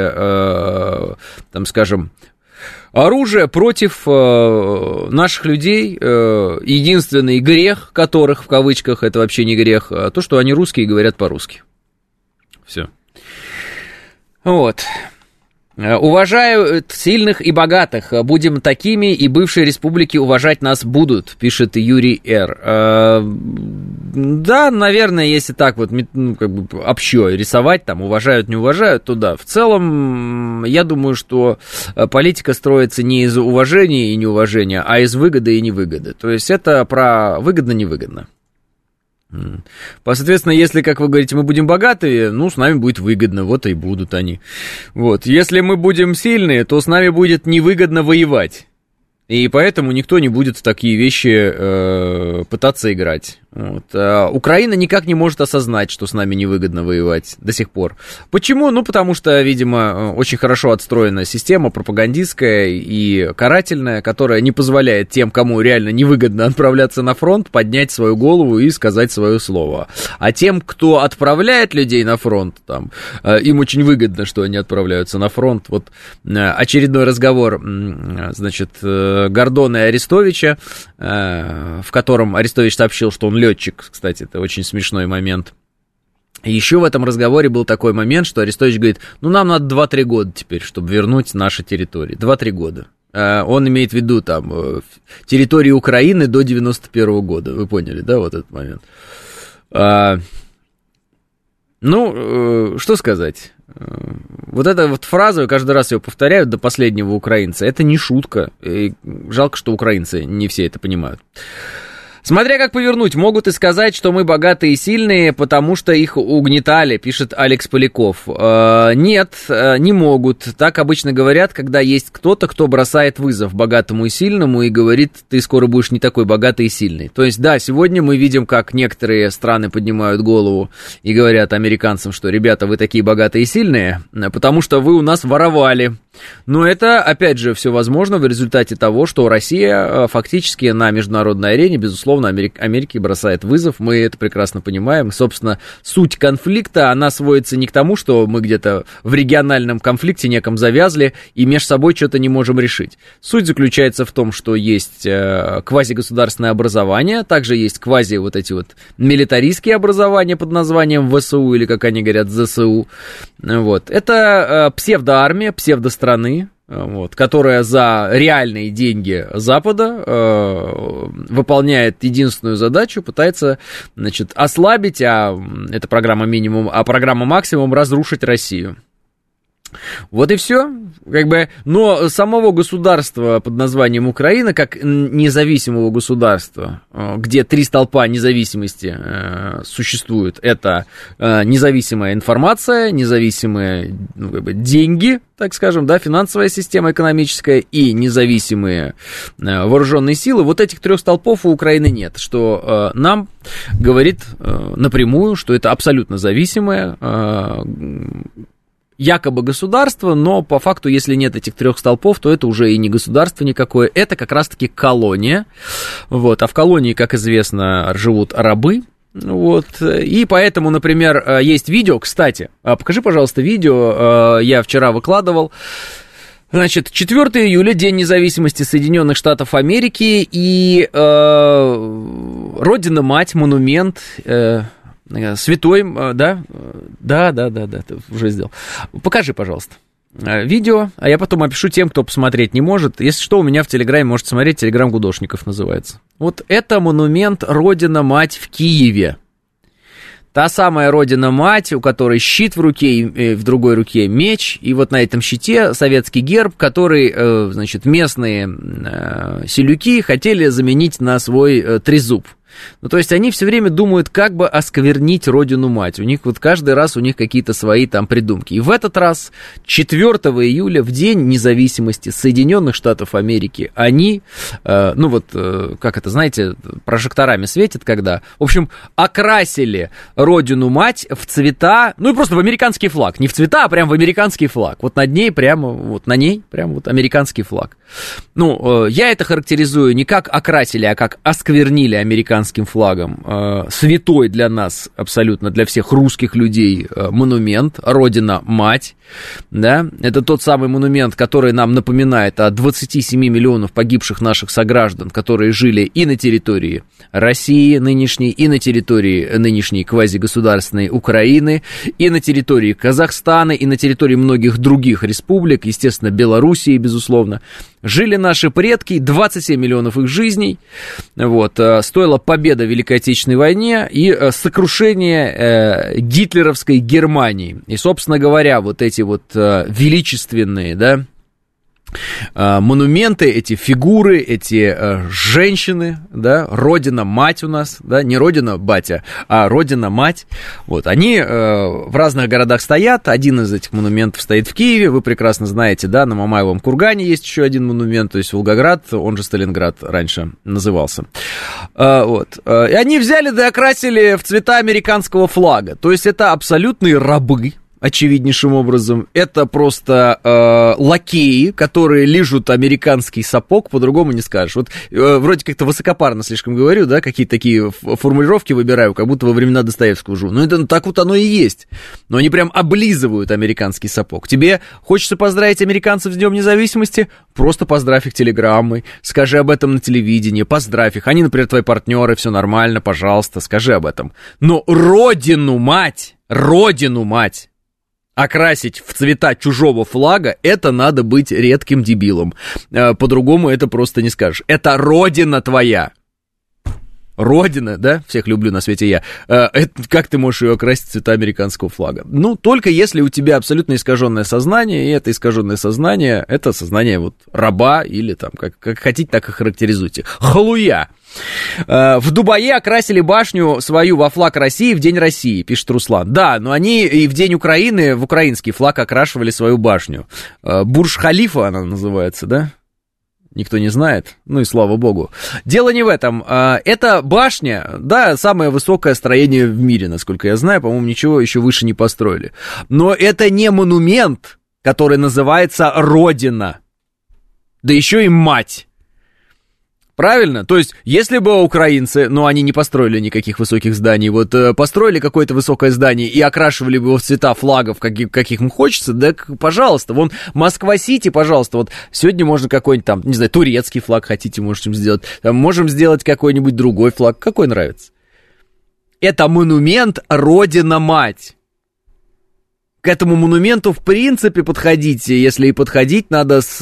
там, скажем, оружие против наших людей. Единственный грех которых, в кавычках, это вообще не грех, а то, что они русские и говорят по-русски. Все. Вот. Уважают сильных и богатых. Будем такими, и бывшие республики уважать нас будут, пишет Юрий Р. Да, наверное, если так вот, ну, как бы общо рисовать, там, уважают, не уважают, то да. В целом, я думаю, что политика строится не из уважения и неуважения, а из выгоды и невыгоды. То есть это про выгодно-невыгодно. Соответственно, если, как вы говорите, мы будем богатые, ну, с нами будет выгодно, вот и будут они. Вот. Если мы будем сильные, то с нами будет невыгодно воевать. И поэтому никто не будет в такие вещи пытаться играть. Вот. Украина никак не может осознать, что с нами невыгодно воевать до сих пор. Почему? Ну, потому что, видимо, очень хорошо отстроена система пропагандистская и карательная, которая не позволяет тем, кому реально невыгодно отправляться на фронт, поднять свою голову и сказать свое слово. А тем, кто отправляет людей на фронт, там, им очень выгодно, что они отправляются на фронт. Вот очередной разговор, значит, Гордона и Арестовича, в котором Арестович сообщил, что он летчик, кстати, это очень смешной момент. Еще в этом разговоре был такой момент, что Арестович говорит, ну, нам надо 2-3 года теперь, чтобы вернуть наши территории. 2-3 года. Он имеет в виду, там, территории Украины до 91 года. Вы поняли, да, вот этот момент? Ну, что сказать? Вот эта вот фраза, каждый раз ее повторяют до последнего украинца, это не шутка. И жалко, что украинцы не все это понимают. Смотря как повернуть, могут и сказать, что мы богатые и сильные, потому что их угнетали, пишет Алекс Поляков. Нет, не могут. Так обычно говорят, когда есть кто-то, кто бросает вызов богатому и сильному и говорит, ты скоро будешь не такой богатый и сильный. То есть, да, сегодня мы видим, как некоторые страны поднимают голову и говорят американцам, что, ребята, вы такие богатые и сильные, потому что вы у нас воровали. Но это, опять же, все возможно в результате того, что Россия фактически на международной арене, безусловно, Америке бросает вызов, мы это прекрасно понимаем. Собственно, суть конфликта, она сводится не к тому, что мы где-то в региональном конфликте неком завязли и между собой что-то не можем решить. Суть заключается в том, что есть квазигосударственное образование, также есть квази вот эти вот милитаристские образования под названием ВСУ, или, как они говорят, ЗСУ. Вот. Это псевдоармия, псевдостраны, вот, которая за реальные деньги Запада выполняет единственную задачу, пытается, значит, ослабить, это программа минимум, а программа максимум разрушить Россию. Вот и все, как бы, но самого государства под названием Украина, как независимого государства, где 3 столпа независимости существуют, это независимая информация, независимые, ну, как бы, деньги, так скажем, да, финансовая система экономическая и независимые вооруженные силы, вот этих 3 столпов у Украины нет, что нам говорит напрямую, что это абсолютно зависимое якобы государство, но по факту, если нет этих 3 столпов, то это уже и не государство никакое, это как раз-таки колония, вот, а в колонии, как известно, живут рабы, вот, и поэтому, например, есть видео, кстати, покажи, пожалуйста, видео, я вчера выкладывал, значит, 4 июля, День независимости Соединенных Штатов Америки, и Родина-Мать, монумент, святой, да? Да, ты уже сделал. Покажи, пожалуйста, видео, а я потом опишу тем, кто посмотреть не может. Если что, у меня в Телеграме можете смотреть, Телеграм Гудошников называется. Вот это монумент Родина-Мать в Киеве. Та самая Родина-Мать, у которой щит в руке, и в другой руке меч, и вот на этом щите советский герб, который, значит, местные селюки хотели заменить на свой трезуб. Ну, то есть они все время думают, как бы осквернить Родину-Мать. У них вот каждый раз у них какие-то свои там придумки. И в этот раз, 4 июля, в День независимости Соединенных Штатов Америки, они, ну вот, как это, знаете, прожекторами светят, когда, в общем, окрасили Родину-Мать в цвета, ну и просто в американский флаг. Не в цвета, а прям в американский флаг. Вот над ней прямо, вот на ней прямо вот американский флаг. Ну, я это характеризую не как окрасили, а как осквернили американский американским флагом. Святой для нас, абсолютно, для всех русских людей монумент «Родина-мать». Да? Это тот самый монумент, который нам напоминает о 27 миллионов погибших наших сограждан, которые жили и на территории России нынешней, и на территории нынешней квазигосударственной Украины, и на территории Казахстана, и на территории многих других республик, естественно, Белоруссии, безусловно. Жили наши предки, 27 миллионов их жизней. Вот, стоила победа в Великой Отечественной войне и сокрушение гитлеровской Германии. И, собственно говоря, вот эти вот величественные, да, монументы, эти фигуры, эти женщины, да, Родина-мать у нас, да, не Родина-батя, а Родина-мать, вот, они в разных городах стоят, один из этих монументов стоит в Киеве, вы прекрасно знаете, да, на Мамаевом кургане есть еще один монумент, то есть Волгоград, он же Сталинград раньше назывался, вот, и они взяли да окрасили в цвета американского флага, то есть это абсолютные рабы, очевиднейшим образом, это просто лакеи, которые лижут американский сапог, по-другому не скажешь. Вот вроде как-то высокопарно слишком говорю, да, какие-то такие формулировки выбираю, как будто во времена Достоевского живу. Ну, это так вот оно и есть. Но они прям облизывают американский сапог. Тебе хочется поздравить американцев с Днем Независимости? Просто поздравь их телеграммой, скажи об этом на телевидении, поздравь их. Они, например, твои партнеры, все нормально, пожалуйста, скажи об этом. Но Родину-мать, окрасить в цвета чужого флага, это надо быть редким дебилом. По-другому это просто не скажешь. Это родина твоя. Родина, да? Всех люблю на свете я. Как ты можешь ее окрасить в цвета американского флага? Ну, только если у тебя абсолютно искаженное сознание, и это искаженное сознание, это сознание вот раба, или там, как хотите, так и характеризуйте. Халуя! В Дубае окрасили башню свою во флаг России в День России, пишет Руслан. Да, но они и в День Украины в украинский флаг окрашивали свою башню. Бурдж-Халифа она называется, да? Никто не знает, ну и слава богу. Дело не в этом. Эта башня, да, самое высокое строение в мире, насколько я знаю, по-моему, ничего еще выше не построили. Но это не монумент, который называется Родина, да еще и мать. Правильно? То есть, если бы украинцы, ну, они не построили никаких высоких зданий, вот построили какое-то высокое здание и окрашивали бы его в цвета флагов, каких им хочется, да, пожалуйста, вон Москва-Сити, пожалуйста, вот сегодня можно какой-нибудь там, не знаю, турецкий флаг хотите, можем сделать, там, можем сделать какой-нибудь другой флаг, какой нравится. Это монумент Родина-мать. К этому монументу, в принципе, подходите, если и подходить, надо с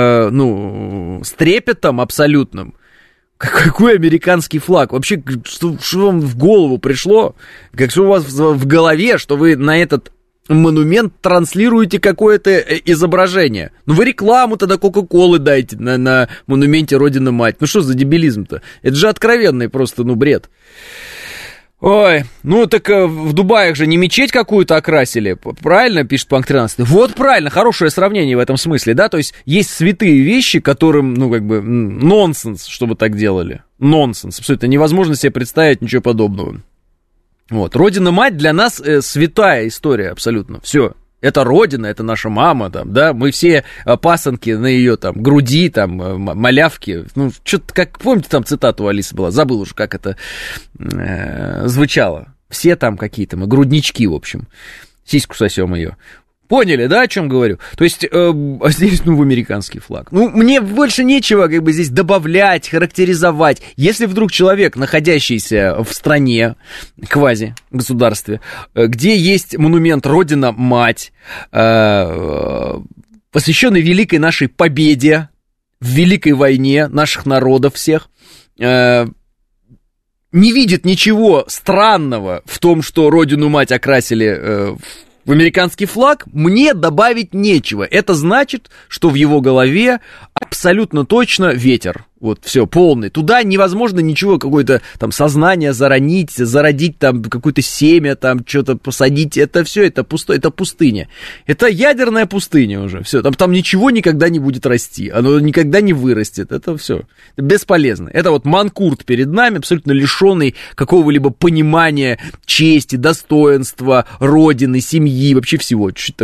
трепетом абсолютным. Какой американский флаг? Вообще, что вам в голову пришло? Что у вас в голове, что вы на этот монумент транслируете какое-то изображение? Ну, вы рекламу тогда Кока-Колы дайте на монументе Родина-мать. Ну, что за дебилизм-то? Это же откровенный просто, бред. Ой, ну так в Дубае же не мечеть какую-то окрасили, правильно, пишет Панк 13? Вот правильно, хорошее сравнение в этом смысле, да, то есть есть святые вещи, которым, нонсенс, чтобы так делали, нонсенс, абсолютно невозможно себе представить ничего подобного. Вот, Родина-мать для нас святая история абсолютно, все. Это Родина, это наша мама, там, да, мы все пасынки на ее там груди, там, малявки, что-то, как, помните, там цитата у Алисы была, забыл уже, как это звучало, все там какие-то, мы груднички, в общем, сиську сосем ее. Поняли, да, о чем говорю? То есть, здесь, в американский флаг. Мне больше нечего, здесь добавлять, характеризовать. Если вдруг человек, находящийся в стране, квази-государстве, где есть монумент Родина-мать, посвященный великой нашей победе в Великой войне наших народов всех, не видит ничего странного в том, что Родину-мать окрасили в американский флаг, мне добавить нечего. Это значит, что в его голове абсолютно точно ветер. Вот, все, полный. Туда невозможно ничего, какое-то там сознание зародить там какое-то семя, там что-то посадить. Это все, это пусто, это пустыня. Это ядерная пустыня уже. Все, там ничего никогда не будет расти. Оно никогда не вырастет. Это все. Это бесполезно. Это вот манкурт перед нами, абсолютно лишенный какого-либо понимания чести, достоинства, родины, семьи, вообще всего. Что это такое?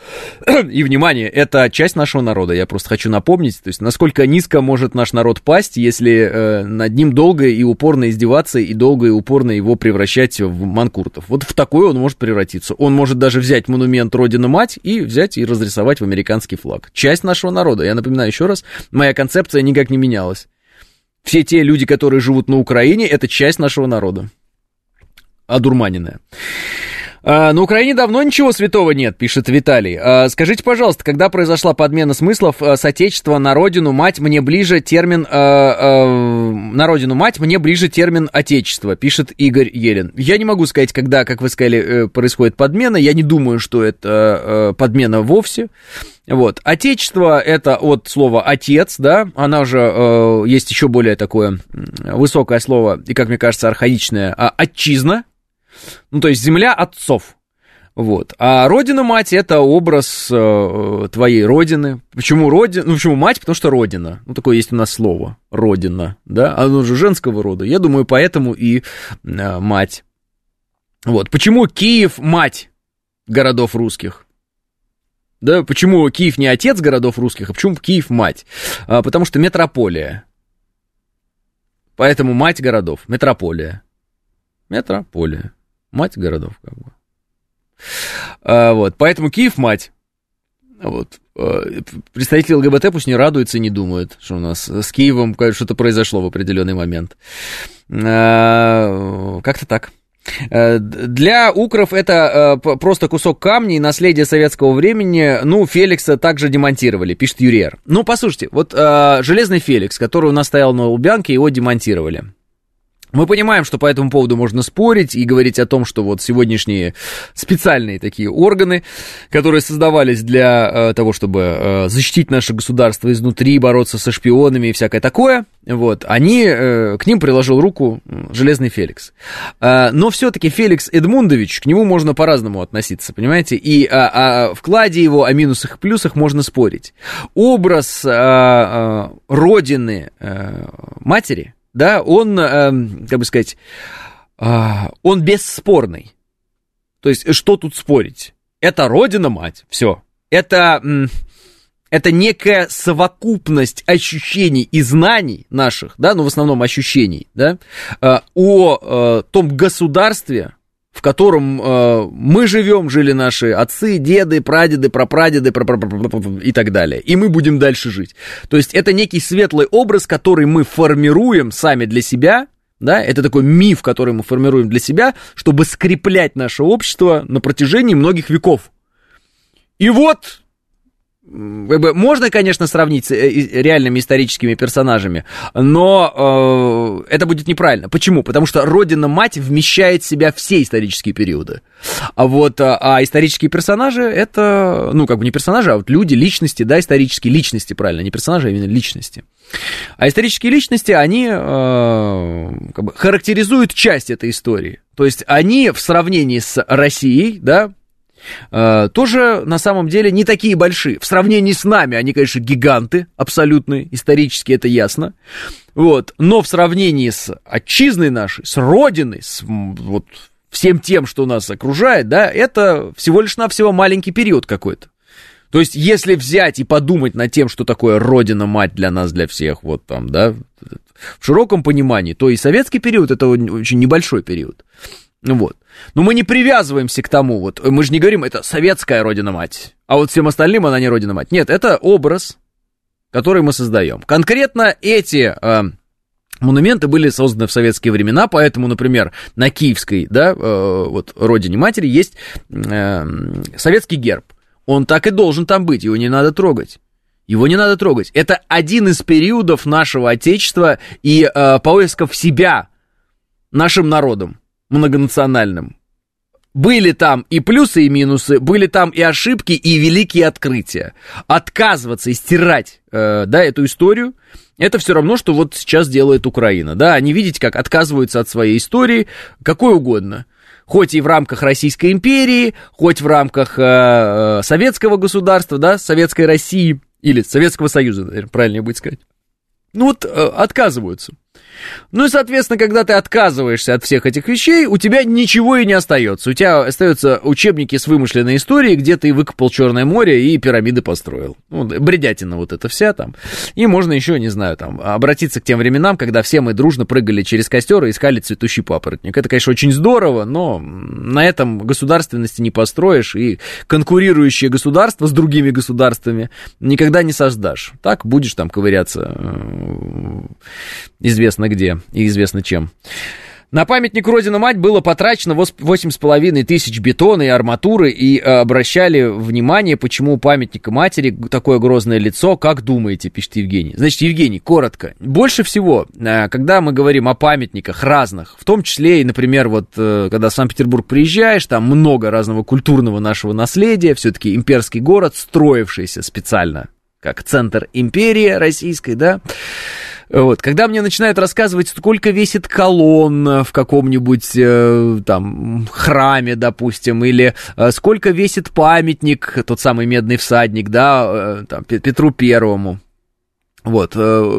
И, внимание, это часть нашего народа, я просто хочу напомнить, то есть, насколько низко может наш народ пасть, если над ним долго и упорно издеваться, и долго и упорно его превращать в манкуртов. Вот в такой он может превратиться. Он может даже взять монумент Родина-Мать и взять и разрисовать в американский флаг. Часть нашего народа, я напоминаю еще раз, моя концепция никак не менялась. Все те люди, которые живут на Украине, это часть нашего народа. Одурманенная. На Украине давно ничего святого нет, пишет Виталий. Скажите, пожалуйста, когда произошла подмена смыслов с отечества на родину мать, мне ближе термин на родину мать, мне ближе термин отечество, пишет Игорь Елен. Я не могу сказать, когда, как вы сказали, происходит подмена. Я не думаю, что это подмена вовсе. Вот. Отечество — это от слова отец, да, она же есть еще более такое высокое слово и, как мне кажется, архаичное, отчизна. Ну, то есть земля отцов. Вот. А родина-мать — это образ твоей родины. Почему родина? Ну, почему мать? Потому что родина. Ну, такое есть у нас слово. Родина, да? Оно же женского рода. Я думаю, поэтому и мать. Вот. Почему Киев — мать городов русских? Да, почему Киев не отец городов русских, а почему Киев — мать? Потому что метрополия. Поэтому мать городов. Метрополия. Метрополия. Мать городов, как бы. Вот, поэтому Киев — мать. Вот. Представители ЛГБТ пусть не радуются и не думают, что у нас с Киевом что-то произошло в определенный момент. Как-то так. Для укров это просто кусок камня и наследие советского времени. Ну, Феликса также демонтировали, пишет Юриер. Ну, послушайте, вот железный Феликс, который у нас стоял на Лубянке, его демонтировали. Мы понимаем, что по этому поводу можно спорить и говорить о том, что вот сегодняшние специальные такие органы, которые создавались для того, чтобы защитить наше государство изнутри, бороться со шпионами и всякое такое, вот, они, к ним приложил руку железный Феликс. Но все-таки Феликс Эдмундович, к нему можно по-разному относиться, понимаете, и о вкладе его, о минусах и плюсах можно спорить. Образ родины матери, да, он, как бы сказать, он бесспорный. То есть, что тут спорить? Это родина-мать, все. Это некая совокупность ощущений и знаний наших, да, ну, в основном ощущений, да, о том государстве, в котором мы живем, жили наши отцы, деды, прадеды, прапрадеды и так далее. И мы будем дальше жить. То есть это некий светлый образ, который мы формируем сами для себя, да, это такой миф, который мы формируем для себя, чтобы скреплять наше общество на протяжении многих веков. И вот... Можно, конечно, сравнить с реальными историческими персонажами, но это будет неправильно. Почему? Потому что Родина-мать вмещает в себя все исторические периоды. А исторические персонажи — это, ну, как бы не персонажи, а вот люди, личности, да, исторические личности, правильно, не персонажи, а именно личности. А исторические личности, они как бы характеризуют часть этой истории. То есть они в сравнении с Россией, да, тоже на самом деле не такие большие. В сравнении с нами они, конечно, гиганты абсолютные, исторически это ясно. Вот. Но в сравнении с отчизной нашей, с родиной, с вот всем тем, что нас окружает, да, это всего лишь навсего маленький период какой-то. То есть, если взять и подумать над тем, что такое родина-мать для нас, для всех, вот там, да, в широком понимании, то и советский период — это очень небольшой период. Вот. Но мы не привязываемся к тому, вот, мы же не говорим, это советская родина-мать, а вот всем остальным она не родина-мать. Нет, это образ, который мы создаем. Конкретно эти монументы были созданы в советские времена, поэтому, например, на Киевской, да, вот, родине-матери есть советский герб. Он так и должен там быть, его не надо трогать. Его не надо трогать. Это один из периодов нашего Отечества и поисков себя нашим народом многонациональным. Были там и плюсы, и минусы, были там и ошибки, и великие открытия. Отказываться и стирать, да, эту историю, это все равно, что вот сейчас делает Украина, да, они, видите, как отказываются от своей истории, какой угодно. Хоть и в рамках Российской империи, хоть в рамках советского государства, да, Советской России, или Советского Союза, наверное, правильнее будет сказать. Ну вот, отказываются. Ну и, соответственно, когда ты отказываешься от всех этих вещей, у тебя ничего и не остается. У тебя остаются учебники с вымышленной историей, где ты выкопал Черное море и пирамиды построил. Ну, бредятина вот эта вся там. И можно еще, не знаю, там, обратиться к тем временам, когда все мы дружно прыгали через костер и искали цветущий папоротник. Это, конечно, очень здорово, но на этом государственности не построишь, и конкурирующее государство с другими государствами никогда не создашь. Так будешь там ковыряться известно где и известно чем. На памятник Родина-Мать было потрачено 8,5 тысяч бетона и арматуры, и обращали внимание, почему у памятника матери такое грозное лицо, как думаете, пишет Евгений. Значит, Евгений, коротко. Больше всего, когда мы говорим о памятниках разных, в том числе и, например, вот, когда в Санкт-Петербург приезжаешь, там много разного культурного нашего наследия, все-таки имперский город, строившийся специально как центр империи российской, да. Вот, когда мне начинают рассказывать, сколько весит колонна в каком-нибудь там храме, допустим, или сколько весит памятник, тот самый Медный всадник, да, там, Петру Первому. Вот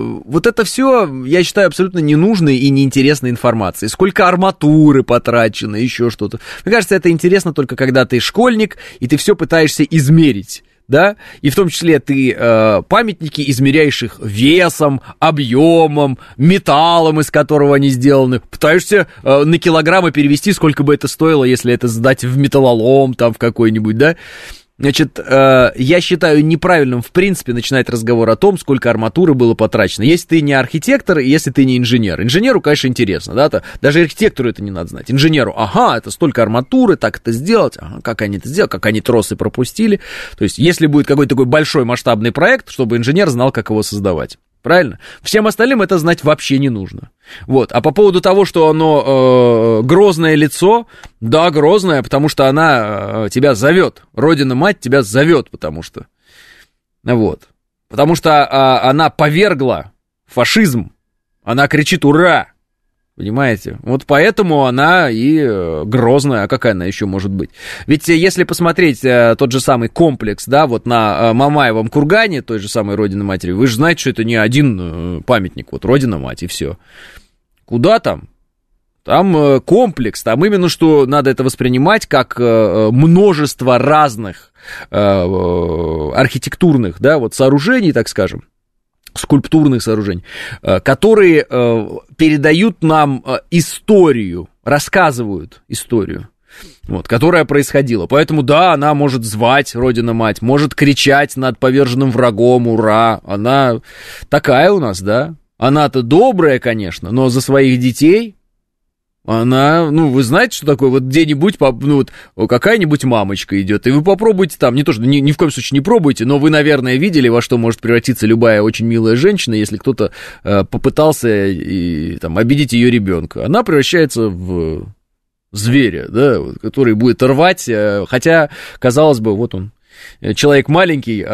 это все, я считаю, абсолютно ненужной и неинтересной информацией. Сколько арматуры потрачено, еще что-то. Мне кажется, это интересно только когда ты школьник, и ты все пытаешься измерить. Да, и в том числе ты памятники измеряешь их весом, объемом, металлом, из которого они сделаны. Пытаешься на килограммы перевести, сколько бы это стоило, если это сдать в металлолом там в какой-нибудь, да. Значит, я считаю неправильным, в принципе, начинать разговор о том, сколько арматуры было потрачено. Если ты не архитектор, если ты не инженер. Инженеру, конечно, интересно, да, даже архитектору это не надо знать. Инженеру, ага, это столько арматуры, так это сделать, ага, как они это сделали, как они тросы пропустили. То есть, если будет какой-то такой большой масштабный проект, чтобы инженер знал, как его создавать. Правильно? Всем остальным это знать вообще не нужно. Вот. А по поводу того, что оно грозное лицо, да, грозное, потому что она тебя зовет. Родина-мать тебя зовет, потому что. Вот. Потому что она повергла фашизм. Она кричит «Ура!». Понимаете? Вот поэтому она и грозная, а какая она еще может быть? Ведь если посмотреть тот же самый комплекс, да, вот на Мамаевом кургане, той же самой Родины-матери, вы же знаете, что это не один памятник, вот Родина-мать и все. Куда там? Там комплекс, там именно что надо это воспринимать как множество разных архитектурных, да, вот сооружений, так скажем, скульптурных сооружений, которые передают нам историю, рассказывают историю, вот, которая происходила. Поэтому, да, она может звать Родина-мать, может кричать над поверженным врагом «Ура!». Она такая у нас, да. Она-то добрая, конечно, но за своих детей... Она, ну, вы знаете, что такое, вот где-нибудь, ну, вот какая-нибудь мамочка идет, и вы попробуйте там, не то, что ни в коем случае не пробуйте, но вы, наверное, видели, во что может превратиться любая очень милая женщина, если кто-то попытался и, там, обидеть ее ребенка. Она превращается в зверя, да, который будет рвать, хотя, казалось бы, вот он, человек маленький,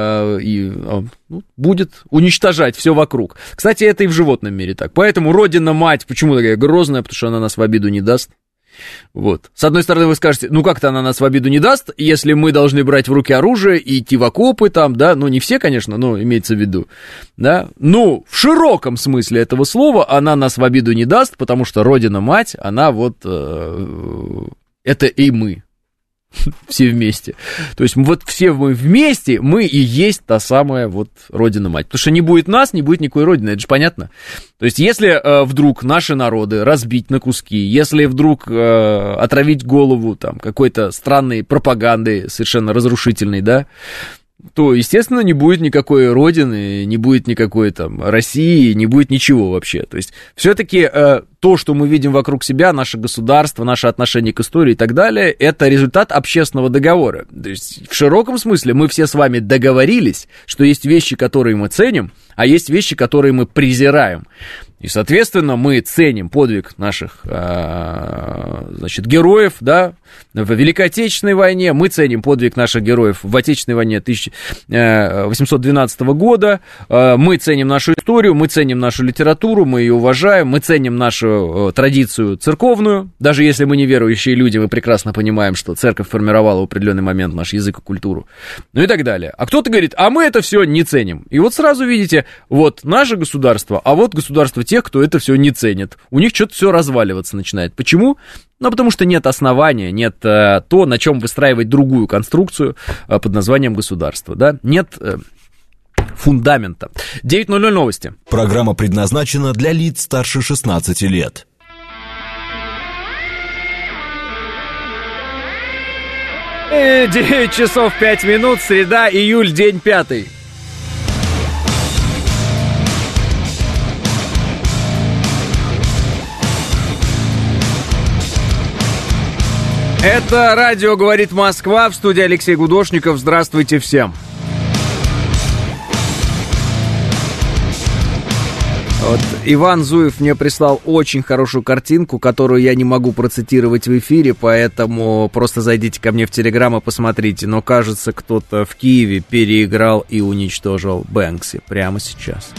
будет уничтожать все вокруг. Кстати, это и в животном мире так. Поэтому Родина-мать, почему такая грозная? Потому что она нас в обиду не даст. Вот. С одной стороны, вы скажете, ну как-то она нас в обиду не даст, если мы должны брать в руки оружие и идти в окопы там, да, ну не все, конечно, но имеется в виду, да. Ну, в широком смысле этого слова она нас в обиду не даст, потому что Родина-мать, она вот, это и мы. Все вместе. То есть вот все мы вместе, мы и есть та самая вот Родина-мать. Потому что не будет нас, не будет никакой Родины, это же понятно. То есть если вдруг наши народы разбить на куски, если вдруг отравить голову там какой-то странной пропагандой, совершенно разрушительной, да, то, естественно, не будет никакой Родины, не будет никакой там России, не будет ничего вообще. То есть все-таки то, что мы видим вокруг себя, наше государство, наше отношение к истории и так далее, это результат общественного договора. То есть в широком смысле мы все с вами договорились, что есть вещи, которые мы ценим, а есть вещи, которые мы презираем. И, соответственно, мы ценим подвиг наших, значит, героев, да, в Великой Отечественной войне, мы ценим подвиг наших героев в Отечественной войне 1812 года, мы ценим нашу историю, мы ценим нашу литературу, мы ее уважаем, мы ценим нашу традицию церковную, даже если мы неверующие люди, мы прекрасно понимаем, что церковь формировала в определенный момент наш язык и культуру, ну и так далее. А кто-то говорит, а мы это все не ценим. И вот сразу видите, вот наше государство, а вот государство тех, кто это все не ценит. У них что-то все разваливаться начинает. Почему? Ну, потому что нет основания, нет то, на чем выстраивать другую конструкцию под названием государство, да? Нет фундамента. 9:00 новости. Программа предназначена для лиц старше 16 лет. 9 часов 5 минут, среда, июль, день 5. Это радио «Говорит Москва», в студии Алексей Гудошников. Здравствуйте всем. Вот Иван Зуев мне прислал очень хорошую картинку, которую я не могу процитировать в эфире, поэтому просто зайдите ко мне в Телеграм и посмотрите. Но, кажется, кто-то в Киеве переиграл и уничтожил Бэнкси прямо сейчас.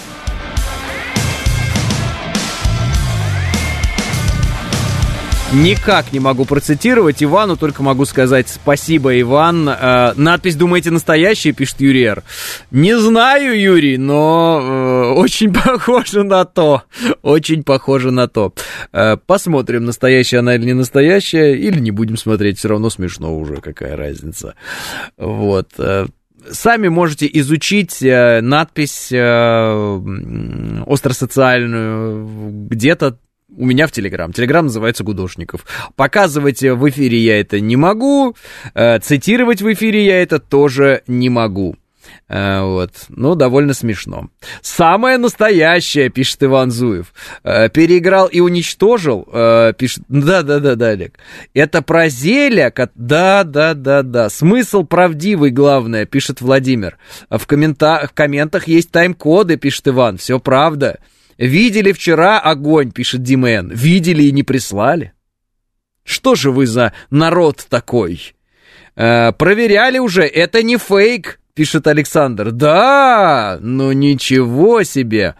Никак не могу процитировать Ивану, только могу сказать спасибо, Иван. Надпись, думаете, настоящая, пишет Юрий Р. Не знаю, Юрий, но очень похоже на то. Очень похоже на то. Посмотрим, настоящая она или не настоящая, или не будем смотреть, все равно смешно уже, какая разница. Вот. Сами можете изучить надпись остросоциальную где-то у меня в Телеграм. Телеграм называется Гудошников. Показывать в эфире я это не могу. Цитировать в эфире я это тоже не могу. Вот. Но довольно смешно. Самое настоящее, пишет Иван Зуев. Переиграл и уничтожил, пишет. Да, Олег. Это про зелья. Да. Смысл правдивый, главное, пишет Владимир. В комментах есть тайм-коды, пишет Иван. Все правда. Видели вчера огонь, пишет Димен. Видели и не прислали? Что же вы за народ такой? Проверяли уже, это не фейк, пишет Александр. Да, ну ничего себе.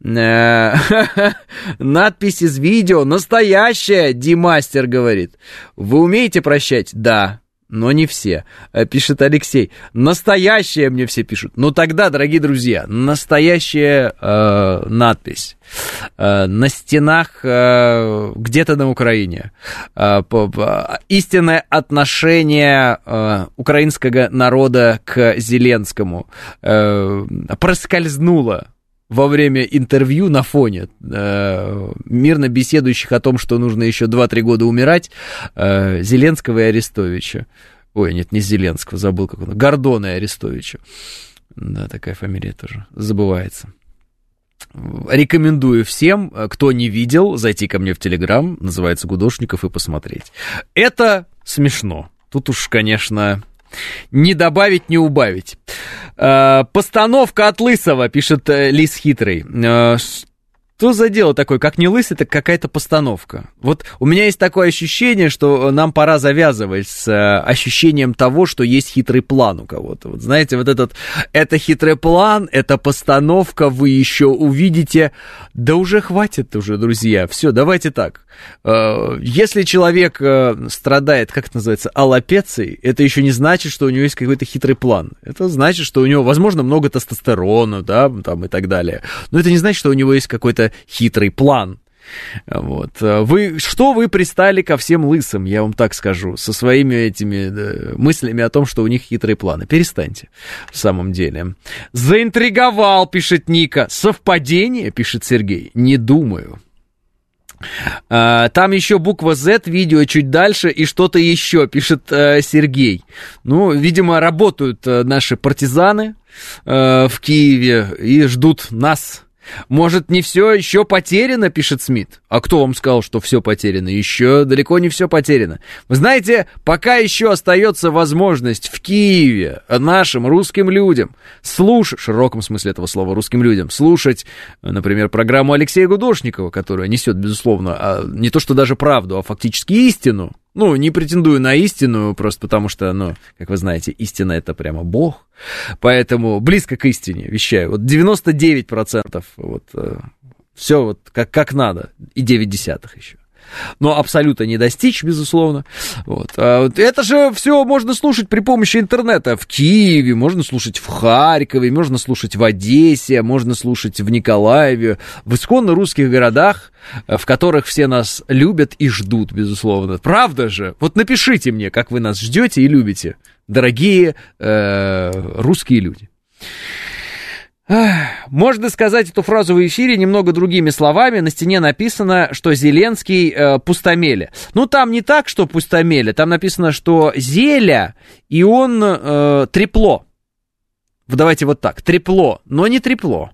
Надпись из видео настоящая, Димастер говорит. Вы умеете прощать? Да. Но не все, пишет Алексей. Настоящие мне все пишут. Ну тогда, дорогие друзья, настоящая надпись на стенах где-то на Украине. Истинное отношение украинского народа к Зеленскому проскользнуло во время интервью на фоне мирно беседующих о том, что нужно еще 2-3 года умирать, Зеленского и Арестовича. Ой, нет, не Зеленского, забыл, как он. Гордона и Арестовича. Да, такая фамилия тоже забывается. Рекомендую всем, кто не видел, зайти ко мне в Телеграм, называется Гудошников, и посмотреть. Это смешно. Тут уж, конечно, не добавить, не убавить. Постановка от Лысого, пишет Лис Хитрый. Что за дело такое? Как не Лысый, так какая-то постановка. Вот у меня есть такое ощущение, что нам пора завязывать с ощущением того, что есть хитрый план у кого-то. Вот знаете, вот это хитрый план, это постановка, вы еще увидите. Да уже хватит уже, друзья. Все, давайте так. Если человек страдает, как это называется, аллопецией, это еще не значит, что у него есть какой-то хитрый план. Это значит, что у него, возможно, много тестостерона, да, там и так далее. Но это не значит, что у него есть какой-то хитрый план. Вот. Что вы пристали ко всем лысым, я вам так скажу, со своими этими мыслями о том, что у них хитрые планы. Перестаньте, в самом деле. Заинтриговал, пишет Ника. Совпадение, пишет Сергей. Не думаю. Там еще буква Z, видео чуть дальше и что-то еще, пишет Сергей. Ну, видимо, работают наши партизаны в Киеве и ждут нас. Может, не все еще потеряно, пишет Смит. А кто вам сказал, что все потеряно? Еще далеко не все потеряно. Вы знаете, пока еще остается возможность в Киеве нашим русским людям слушать, в широком смысле этого слова, русским людям, слушать, например, программу Алексея Гудошникова, которая несет, безусловно, не то что даже правду, а фактически истину. Ну, не претендую на истину, просто потому что, ну, как вы знаете, истина — это прямо Бог. Поэтому близко к истине вещаю. Вот 99% вот, все вот как надо, и 0,9 еще. но абсолюта не достичь, безусловно. Вот. Это же все можно слушать при помощи интернета. В Киеве, можно слушать в Харькове, можно слушать в Одессе, можно слушать в Николаеве, в исконно русских городах, в которых все нас любят и ждут, безусловно. Правда же? Вот напишите мне, как вы нас ждете и любите, дорогие русские люди. Можно сказать эту фразу в эфире немного другими словами. На стене написано, что Зеленский пустомеля. Ну, там не так, что пустомеля. Там написано, что Зеля, и он трепло. Давайте вот так. Трепло, но не трепло.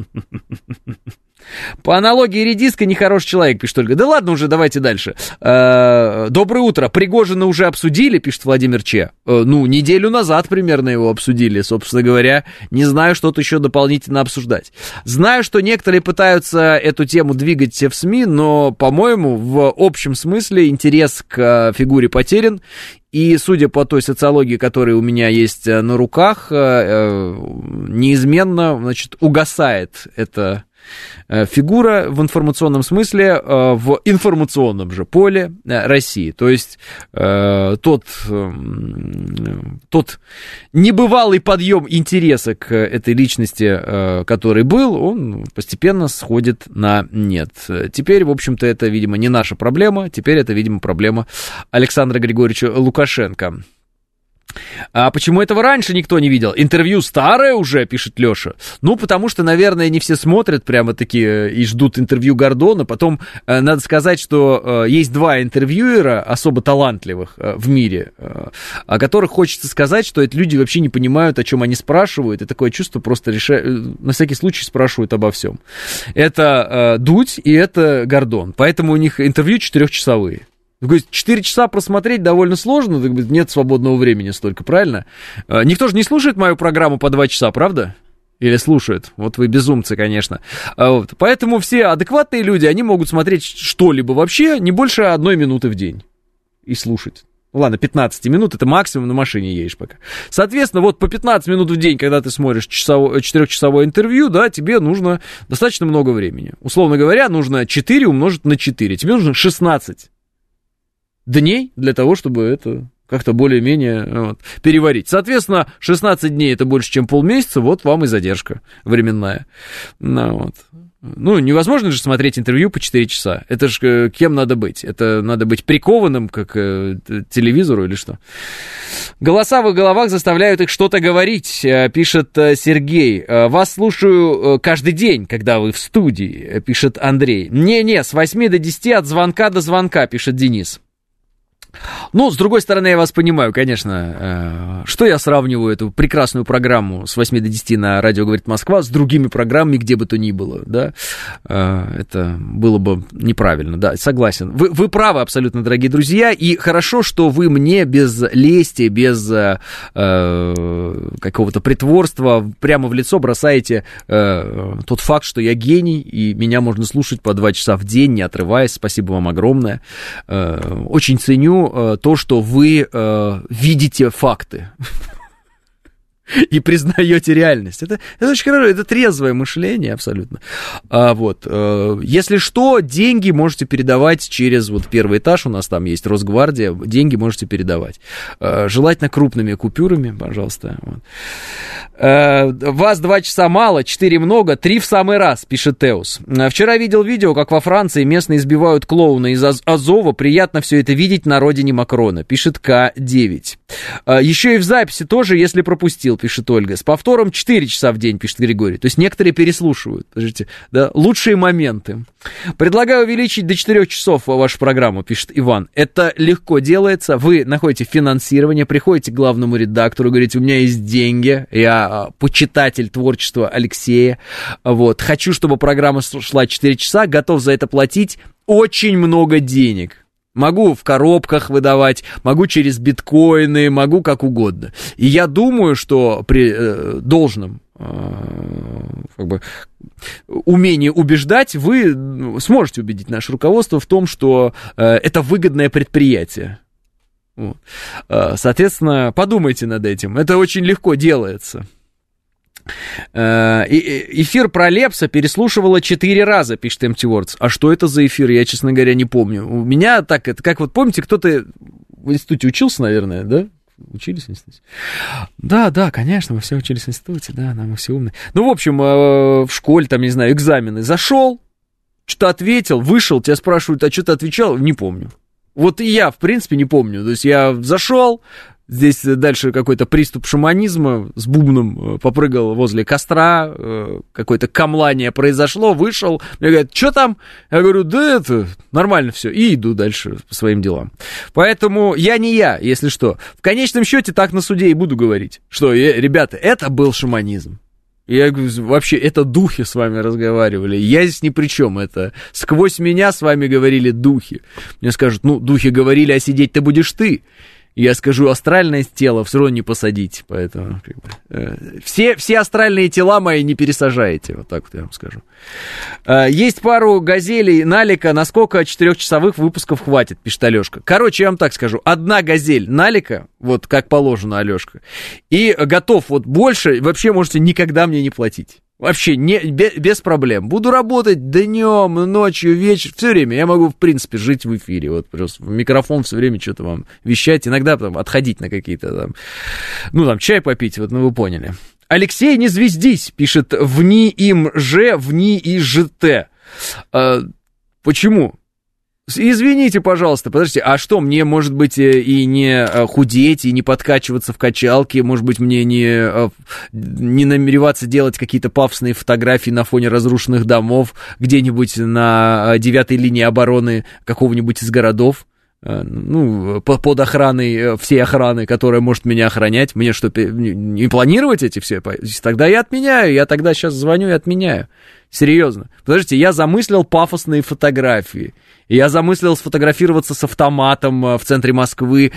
По аналогии редиска нехороший человек, пишет Ольга. Да ладно уже, давайте дальше. Доброе утро. Пригожина уже обсудили, пишет Владимир Че. Ну, неделю назад примерно его обсудили, собственно говоря. Не знаю, что-то еще дополнительно обсуждать. Знаю, что некоторые пытаются эту тему двигать в СМИ, но, по-моему, в общем смысле интерес к фигуре потерян. И, судя по той социологии, которая у меня есть на руках, неизменно, значит, угасает эта фигура в информационном смысле, в информационном же поле России. То есть тот небывалый подъем интереса к этой личности, который был, он постепенно сходит на нет. Теперь, в общем-то, это, видимо, не наша проблема, теперь это, видимо, проблема Александра Григорьевича Лукашенко. А почему этого раньше никто не видел? Интервью старое уже, пишет Леша. Ну, потому что, наверное, не все смотрят прямо-таки и ждут интервью Гордона. Потом надо сказать, что есть два интервьюера особо талантливых в мире, о которых хочется сказать, что эти люди вообще не понимают, о чем они спрашивают, и такое чувство просто на всякий случай спрашивают обо всем. Это Дудь и это Гордон. Поэтому у них интервью 4-часовые. 4 часа просмотреть довольно сложно, нет свободного времени столько, правильно? Никто же не слушает мою программу по 2 часа, правда? Или слушает? Вот вы безумцы, конечно. Вот. Поэтому все адекватные люди, они могут смотреть что-либо вообще не больше 1 минуты в день и слушать. Ладно, 15 минут, это максимум, на машине едешь пока. Соответственно, вот по 15 минут в день, когда ты смотришь 4-часовое интервью, да, тебе нужно достаточно много времени. Условно говоря, нужно 4 умножить на 4. Тебе нужно 16 дней для того, чтобы это как-то более-менее переварить. Соответственно, 16 дней это больше, чем полмесяца, вот вам и задержка временная. Ну, невозможно же смотреть интервью по 4 часа. Это же кем надо быть? Это надо быть прикованным к телевизору или что? Голоса в их головах заставляют их что-то говорить, пишет Сергей. Вас слушаю каждый день, когда вы в студии, пишет Андрей. Не-не, с 8 до 10 от звонка до звонка, пишет Денис. Ну, с другой стороны, я вас понимаю, конечно, что я сравниваю эту прекрасную программу с 8 до 10 на радио «Говорит Москва» с другими программами, где бы то ни было, да, это было бы неправильно, да, согласен. Вы правы абсолютно, дорогие друзья, и хорошо, что вы мне без лести, без какого-то притворства прямо в лицо бросаете тот факт, что я гений, и меня можно слушать по 2 часа в день, не отрываясь, спасибо вам огромное, очень ценю то, что вы видите факты и признаете реальность. Это очень хорошо, это трезвое мышление абсолютно. Если что, деньги можете передавать через первый этаж, у нас там есть Росгвардия, деньги можете передавать. Желательно крупными купюрами, пожалуйста. Вас 2 часа мало, 4 много, 3 в самый раз, пишет Теус. Вчера видел видео, как во Франции местные избивают клоуна из Азова. Приятно все это видеть на родине Макрона, пишет К9. Еще и в записи тоже, если пропустил, пишет Ольга. С повтором 4 часа в день, пишет Григорий. То есть некоторые переслушивают. Подождите, да, лучшие моменты. Предлагаю увеличить до 4 часов вашу программу, пишет Иван. Это легко делается. Вы находите финансирование, приходите к главному редактору, говорите, у меня есть деньги, я почитатель творчества Алексея. Хочу, чтобы программа шла 4 часа, готов за это платить очень много денег. Могу в коробках выдавать, могу через биткоины, могу как угодно. И я думаю, что при должном умении убеждать вы сможете убедить наше руководство в том, что это выгодное предприятие. Соответственно, подумайте над этим. Это очень легко делается. Эфир про Лепса переслушивала 4 раза, пишет Empty Words. А что это за эфир, я, честно говоря, не помню. У меня так, это как вот, помните, кто-то в институте учился, наверное, да? Учились в институте? Да, конечно, мы все учились в институте, да, мы все умные. Ну, в общем, в школе, там, не знаю, экзамены. Зашел, что-то ответил, вышел, тебя спрашивают, а что ты отвечал? Не помню. Вот и я, в принципе, не помню. То есть я зашел, здесь дальше какой-то приступ шаманизма с бубном, попрыгал возле костра, какое-то камлание произошло, вышел, мне говорят, что там? Я говорю, да это нормально все, и иду дальше по своим делам. Поэтому я не я, если что. В конечном счете так на суде и буду говорить, что, ребята, это был шаманизм. Я говорю, вообще, это духи с вами разговаривали, я здесь ни при чем, это сквозь меня с вами говорили духи. Мне скажут, ну, духи говорили, а сидеть-то будешь ты. Я скажу, астральное тело все равно не посадить, поэтому все астральные тела мои не пересажаете, вот так вот я вам скажу. Есть пару газелей Налика, на сколько 4-часовых выпусков хватит, пишет Алешка. Короче, я вам так скажу, одна газель Налика, вот как положено, Алешка, и готов вот больше, вообще можете никогда мне не платить. Вообще, без проблем. Буду работать днем, ночью, вечером, все время. Я могу, в принципе, жить в эфире. Вот просто в микрофон все время что-то вам вещать. Иногда там отходить на какие-то там, ну, там, чай попить, вот, ну, вы поняли. Алексей, не звездись, пишет, вни им же, вни и жт. Почему? Извините, пожалуйста, подождите, а что, мне, может быть, и не худеть, и не подкачиваться в качалке, может быть, мне не намереваться делать какие-то пафосные фотографии на фоне разрушенных домов где-нибудь на 9-й линии обороны какого-нибудь из городов? Ну, под охраной всей охраны, которая может меня охранять. Мне что, не планировать эти все? Тогда я отменяю, я тогда сейчас звоню и отменяю. Серьезно. Подождите, я замыслил пафосные фотографии. Я замыслил сфотографироваться с автоматом в центре Москвы.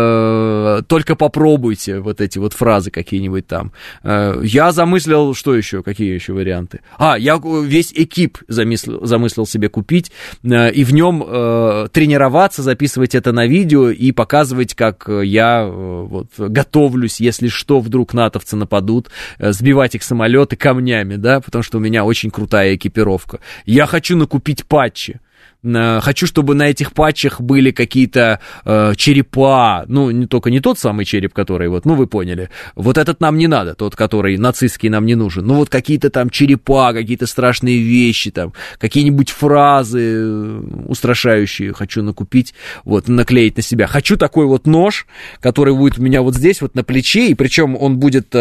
Только попробуйте вот эти вот фразы какие-нибудь там. Я замыслил, что еще? Какие еще варианты? Я весь экип замыслил себе купить. И в нем тренироваться, записывать это на видео и показывать, как я вот готовлюсь, если что, вдруг натовцы нападут, сбивать их самолеты камнями, да, потому что у меня очень крутая экипировка. Я хочу накупить патчи. Хочу, чтобы на этих патчах были какие-то черепа, ну, не тот самый череп, который вот, ну, вы поняли, вот этот нам не надо, тот, который нацистский, нам не нужен, ну, вот какие-то там черепа, какие-то страшные вещи, там, какие-нибудь фразы устрашающие хочу накупить, вот, наклеить на себя. Хочу такой вот нож, который будет у меня вот здесь, вот на плече, и причем он будет...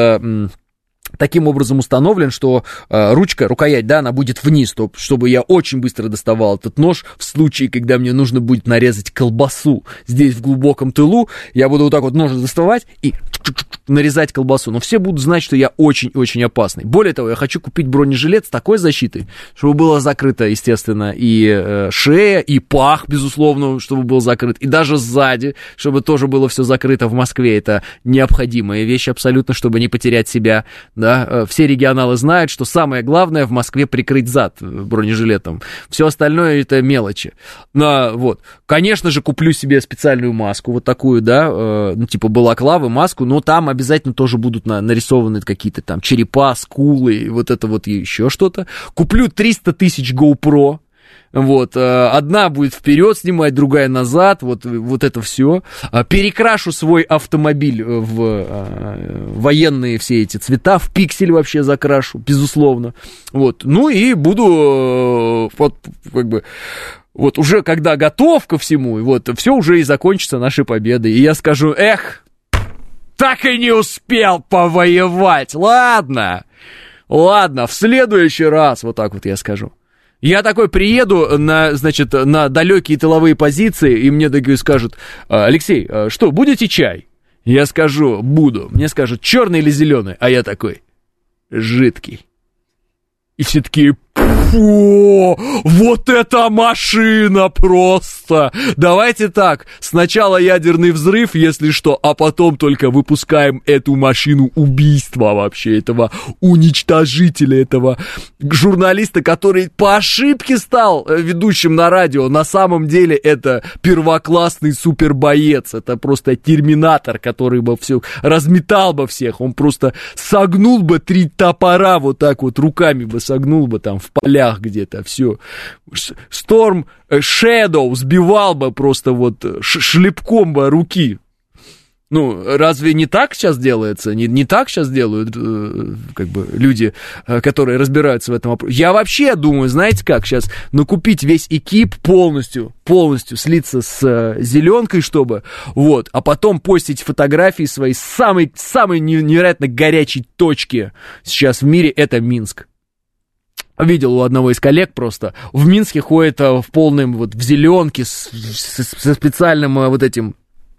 таким образом установлен, что рукоять, да, она будет вниз, чтобы я очень быстро доставал этот нож в случае, когда мне нужно будет нарезать колбасу здесь в глубоком тылу, я буду вот так вот нож доставать и нарезать колбасу, но все будут знать, что я очень-очень опасный. Более того, я хочу купить бронежилет с такой защитой, чтобы было закрыто, естественно, и шея, и пах, безусловно, чтобы был закрыт, и даже сзади, чтобы тоже было все закрыто. В Москве это необходимая вещь абсолютно, чтобы не потерять себя. Да, все регионалы знают, что самое главное в Москве прикрыть зад бронежилетом. Все остальное это мелочи. Вот. Конечно же, куплю себе специальную маску, вот такую, да, ну, типа балаклавы, маску, но там обязательно тоже будут нарисованы какие-то там черепа, скулы, вот это вот еще что-то. Куплю 300 тысяч GoPro. Вот, одна будет вперед снимать, другая назад, вот это все. Перекрашу свой автомобиль в военные все эти цвета, в пиксель вообще закрашу, безусловно. Вот, ну и буду, вот, как бы, вот уже когда готов ко всему, вот, все уже и закончится нашей победой. И я скажу, так и не успел повоевать, ладно, в следующий раз, вот так вот я скажу. Я такой приеду на далекие тыловые позиции, и мне такие скажут: Алексей, что, будете чай? Я скажу: буду. Мне скажут: черный или зеленый? А я такой: жидкий. И все такие: О, вот это машина просто! Давайте так, сначала ядерный взрыв, если что, а потом только выпускаем эту машину убийства вообще, этого уничтожителя, этого журналиста, который по ошибке стал ведущим на радио. На самом деле это первоклассный супербоец, это просто терминатор, который бы все разметал бы всех, он просто согнул бы 3 топора вот так вот, руками бы согнул бы там в полях где-то, все. Storm Shadow сбивал бы просто вот шлепком бы руки. Ну, разве не так сейчас делается? Не так сейчас делают как бы люди, которые разбираются в этом вопросе? Я вообще думаю, знаете как, сейчас накупить весь экип полностью слиться с зеленкой, чтобы, вот, а потом постить фотографии своей самой невероятно горячей точки сейчас в мире, это Минск. Видел у одного из коллег просто, в Минске ходит в полном, вот, в зеленке, со специальным вот этим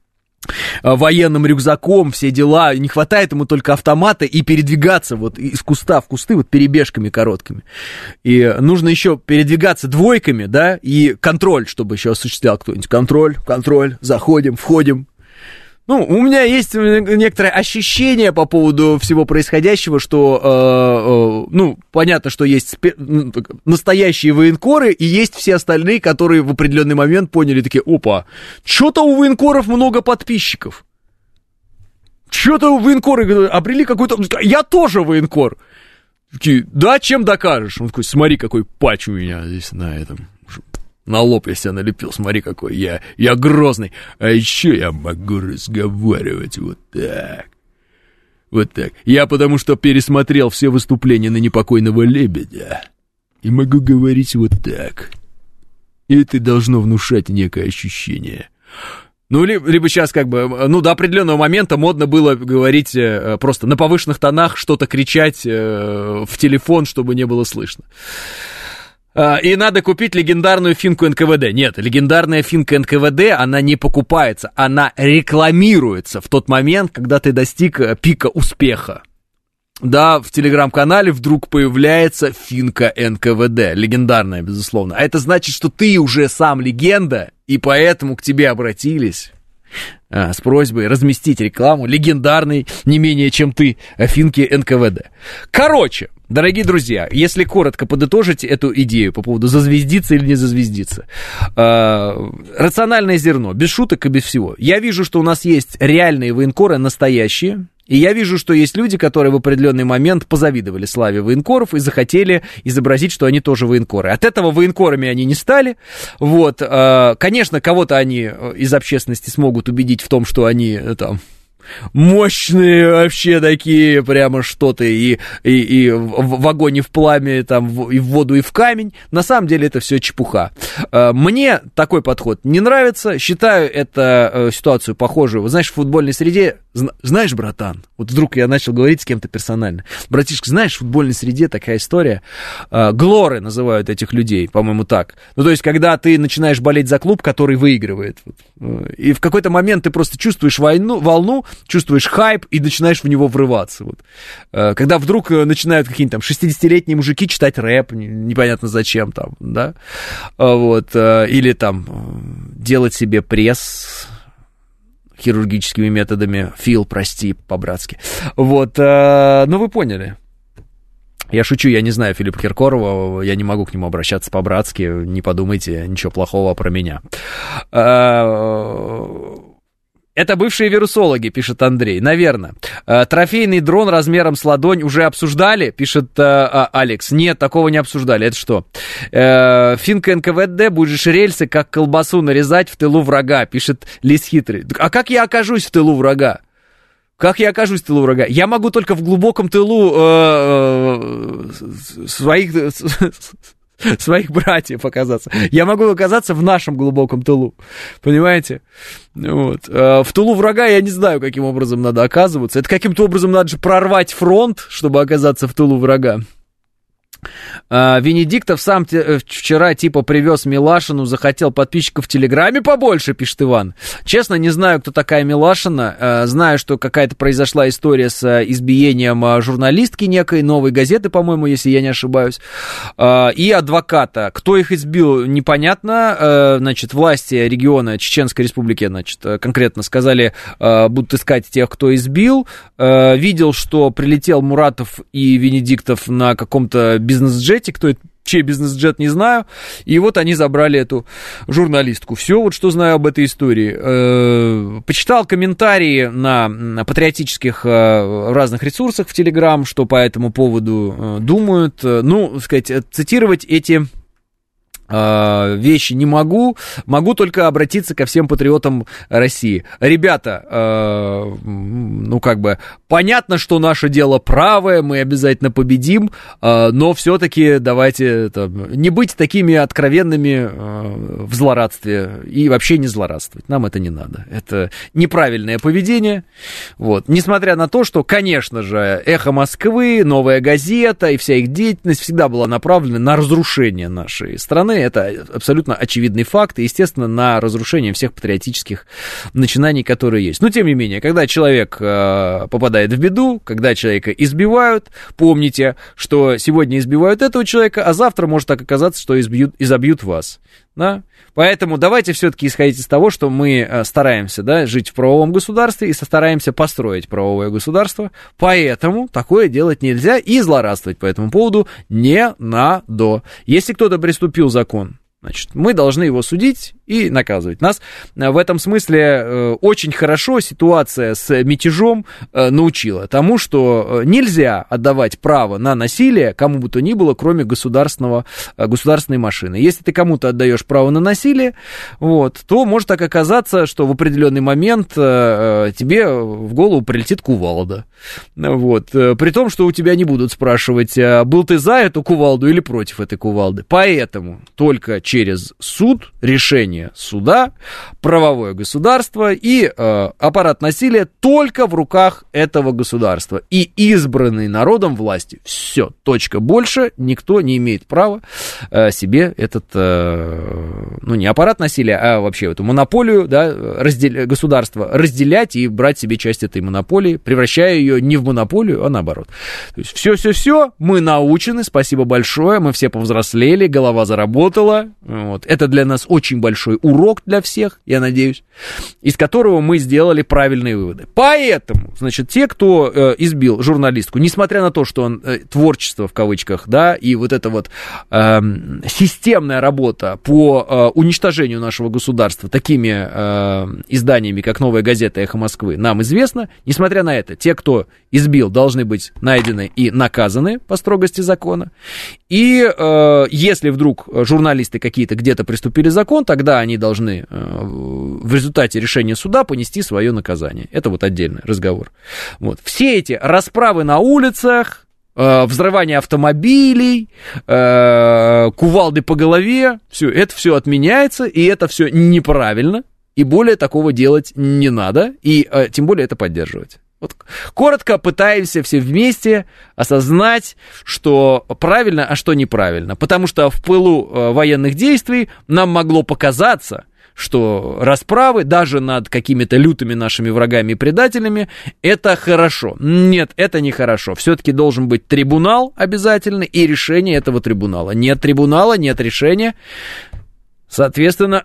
военным рюкзаком, все дела, не хватает ему только автомата и передвигаться вот из куста в кусты вот перебежками короткими. И нужно еще передвигаться двойками, да, и контроль, чтобы еще осуществлял кто-нибудь. Контроль, заходим, входим. Ну, у меня есть некоторое ощущение по поводу всего происходящего, что, ну, понятно, что есть настоящие военкоры, и есть все остальные, которые в определенный момент поняли, такие, опа, что-то у военкоров много подписчиков. Что-то военкоры обрели какой-то... Я тоже военкор. Такие, да, чем докажешь? Он такой, смотри, какой патч у меня здесь на этом... На лоб я себя налепил, смотри, какой я грозный. А еще я могу разговаривать вот так. Вот так. Я потому что пересмотрел все выступления на непокойного Лебедя. И могу говорить вот так. И это должно внушать некое ощущение. Ну, либо сейчас как бы, ну, до определенного момента модно было говорить просто на повышенных тонах, что-то кричать в телефон, чтобы не было слышно. И надо купить легендарную финку НКВД. Нет, легендарная финка НКВД, она не покупается, она рекламируется в тот момент, когда ты достиг пика успеха. Да, в телеграм-канале вдруг появляется финка НКВД, легендарная, безусловно. А это значит, что ты уже сам легенда, и поэтому к тебе обратились с просьбой разместить рекламу легендарной, не менее чем ты, финки НКВД. Короче, дорогие друзья, если коротко подытожить эту идею по поводу зазвездиться или не зазвездиться, рациональное зерно, без шуток и без всего. Я вижу, что у нас есть реальные военкоры, настоящие, и я вижу, что есть люди, которые в определенный момент позавидовали славе военкоров и захотели изобразить, что они тоже военкоры. От этого военкорами они не стали. Вот. Конечно, кого-то они из общественности смогут убедить в том, что они там мощные вообще такие, прямо что-то, и в огонь, и в пламя, там, и в воду, и в камень. На самом деле это все чепуха. Мне такой подход не нравится. Считаю эту ситуацию похожую. Вы знаешь, в футбольной среде, знаешь, братан, вот вдруг я начал говорить с кем-то персонально. Братишка, знаешь, в футбольной среде такая история. Глоры называют этих людей, по-моему, так. Ну, то есть, когда ты начинаешь болеть за клуб, который выигрывает. И в какой-то момент ты просто чувствуешь волну, чувствуешь хайп и начинаешь в него врываться. Вот. Когда вдруг начинают какие-нибудь там 60-летние мужики читать рэп, непонятно зачем там, да, вот, или там делать себе пресс хирургическими методами, Фил, прости, по-братски. Вот, ну вы поняли. Я шучу, я не знаю Филиппа Киркорова, я не могу к нему обращаться по-братски, не подумайте ничего плохого про меня. Это бывшие вирусологи, пишет Андрей. Наверное. Трофейный дрон размером с ладонь уже обсуждали, пишет Алекс. Нет, такого не обсуждали. Это что? Финка НКВД, будешь рельсы, как колбасу нарезать в тылу врага, пишет Лис Хитрый. А как я окажусь в тылу врага? Как я окажусь в тылу врага? Я могу только в глубоком тылу своих братьев оказаться. Я могу оказаться в нашем глубоком тылу. Понимаете? Вот. В тылу врага я не знаю, каким образом надо оказываться. Это каким-то образом надо же прорвать фронт, чтобы оказаться в тылу врага. Венедиктов сам вчера типа привез Милашину, захотел подписчиков в Телеграме побольше, пишет Иван. Честно, не знаю, кто такая Милашина. Знаю, что какая-то произошла история с избиением журналистки некой «Новой газеты», по-моему, если я не ошибаюсь, и адвоката. Кто их избил, непонятно. Значит, власти региона Чеченской Республики, значит, конкретно сказали, будут искать тех, кто избил. Видел, что прилетел Муратов и Венедиктов на каком-то бизнес-джете, чей бизнес-джет, не знаю, и вот они забрали эту журналистку. Все, вот что знаю об этой истории. Почитал комментарии на патриотических разных ресурсах в Телеграм, что по этому поводу думают. Ну, сказать, цитировать эти вещи не могу только обратиться ко всем патриотам России. Ребята, ну как бы понятно, что наше дело правое, мы обязательно победим, но все-таки давайте не быть такими откровенными в злорадстве и вообще не злорадствовать. Нам это не надо. Это неправильное поведение. Вот. Несмотря на то, что, конечно же, «Эхо Москвы», «Новая газета» и вся их деятельность всегда была направлена на разрушение нашей страны. Это абсолютно очевидный факт, и, естественно, на разрушение всех патриотических начинаний, которые есть. Но, тем не менее, когда человек попадает в беду, когда человека избивают, помните, что сегодня избивают этого человека, а завтра может так оказаться, что изобьют вас. Да? Поэтому давайте все-таки исходить из того, что мы стараемся, да, жить в правовом государстве и стараемся построить правовое государство. Поэтому такое делать нельзя и злорадствовать по этому поводу не надо. Если кто-то приступил закон, значит, мы должны его судить и наказывать. Нас в этом смысле очень хорошо ситуация с мятежом научила тому, что нельзя отдавать право на насилие кому бы то ни было, кроме государственной машины. Если ты кому-то отдаешь право на насилие, вот, то может так оказаться, что в определенный момент тебе в голову прилетит кувалда. Вот. При том, что у тебя не будут спрашивать, был ты за эту кувалду или против этой кувалды. Поэтому только через суд, решение суда, правовое государство и аппарат насилия только в руках этого государства и избранной народом власти. Все, точка. Больше никто не имеет права себе этот, ну не аппарат насилия, а вообще эту монополию, да, государства разделять и брать себе часть этой монополии, превращая ее не в монополию, а наоборот. То есть все, мы научены, спасибо большое, мы все повзрослели, голова заработала. Вот. Это для нас очень большой урок для всех, я надеюсь, из которого мы сделали правильные выводы. Поэтому, значит, те, кто избил журналистку, несмотря на то, что он творчество в кавычках, да, и вот эта вот системная работа по уничтожению нашего государства такими изданиями, как «Новая газета», «Эхо Москвы», нам известно. Несмотря на это, те, кто избил, должны быть найдены и наказаны по строгости закона. И если вдруг журналисты какие-то где-то приступили закон, тогда они должны в результате решения суда понести свое наказание. Это вот отдельный разговор. Вот. Все эти расправы на улицах, взрывание автомобилей, кувалды по голове, это все отменяется, и это все неправильно, и более такого делать не надо, и тем более это поддерживать. Вот коротко пытаемся все вместе осознать, что правильно, а что неправильно. Потому что в пылу военных действий нам могло показаться, что расправы даже над какими-то лютыми нашими врагами и предателями — это хорошо. Нет, это не хорошо. Все-таки должен быть трибунал обязательно и решение этого трибунала. Нет трибунала, нет решения. Соответственно,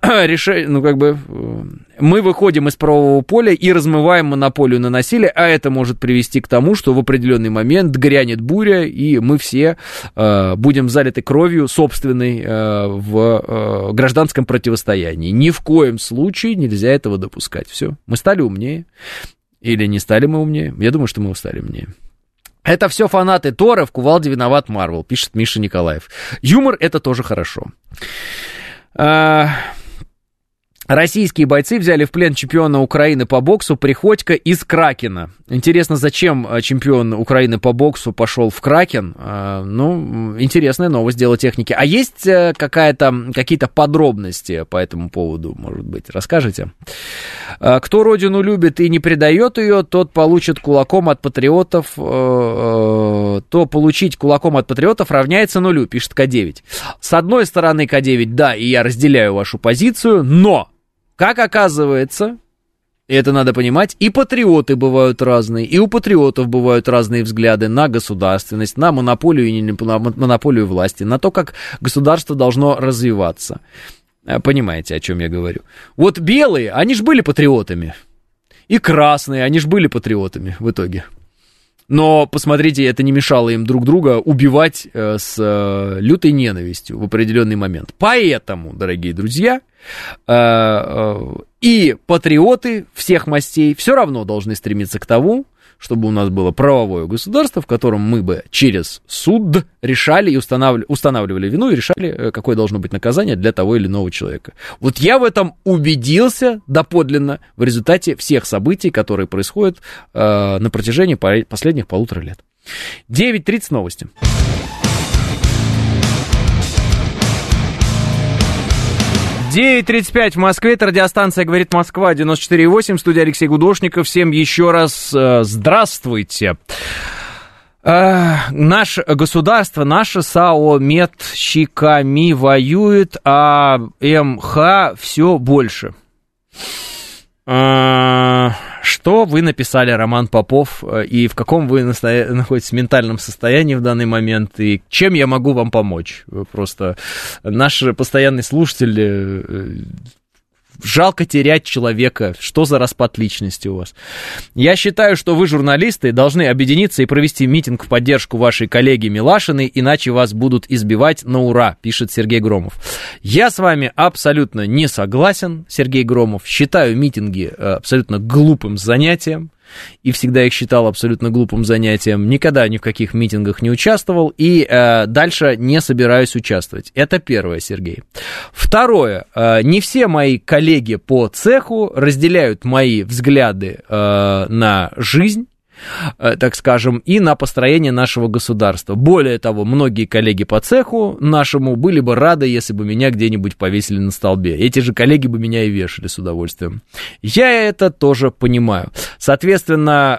мы выходим из правового поля и размываем монополию на насилие, а это может привести к тому, что в определенный момент грянет буря, и мы все будем залиты кровью собственной в гражданском противостоянии. Ни в коем случае нельзя этого допускать. Все, мы стали умнее. Или не стали мы умнее? Я думаю, что мы стали умнее. Это все фанаты Тора, в кувалде виноват Марвел, пишет Миша Николаев. Юмор — это тоже хорошо. Российские бойцы взяли в плен чемпиона Украины по боксу Приходько из Кракена. Интересно, зачем чемпион Украины по боксу пошел в Кракен? Ну, интересная новость, дело техники. А есть какие-то подробности по этому поводу, может быть, расскажете? Кто родину любит и не предает ее, тот получит кулаком от патриотов, то получить кулаком от патриотов равняется нулю, пишет К9. С одной стороны, К9, да, и я разделяю вашу позицию, но... Как оказывается, это надо понимать, и патриоты бывают разные, и у патриотов бывают разные взгляды на государственность, на монополию и не на монополию власти, на то, как государство должно развиваться. Понимаете, о чем я говорю? Вот белые, они же были патриотами, и красные, они же были патриотами в итоге. Но, посмотрите, это не мешало им друг друга убивать с лютой ненавистью в определенный момент. Поэтому, дорогие друзья, и патриоты всех мастей все равно должны стремиться к тому, чтобы у нас было правовое государство, в котором мы бы через суд решали и устанавливали вину и решали, какое должно быть наказание для того или иного человека. Вот я в этом убедился доподлинно в результате всех событий, которые происходят на протяжении последних 1,5 лет. 9:30 новости. 9:35 в Москве, это радиостанция «Говорит Москва», 94,8, студия Алексей Гудошников. Всем еще раз здравствуйте. Наше государство, наше САО медщиками воюет, а МХ все больше. Что вы написали, Роман Попов, и в каком вы находитесь ментальном состоянии в данный момент, и чем я могу вам помочь? Просто наш постоянный слушатель... Жалко терять человека. Что за распад личности у вас? Я считаю, что вы, журналисты, должны объединиться и провести митинг в поддержку вашей коллеги Милашиной, иначе вас будут избивать на ура, пишет Сергей Громов. Я с вами абсолютно не согласен, Сергей Громов. Считаю митинги абсолютно глупым занятием. И всегда их считал абсолютно глупым занятием. Никогда ни в каких митингах не участвовал. И дальше не собираюсь участвовать. Это первое, Сергей. Второе. Не все мои коллеги по цеху разделяют мои взгляды на жизнь, так скажем, и на построение нашего государства. Более того, многие коллеги по цеху нашему были бы рады, если бы меня где-нибудь повесили на столбе. Эти же коллеги бы меня и вешали с удовольствием. Я это тоже понимаю. Соответственно,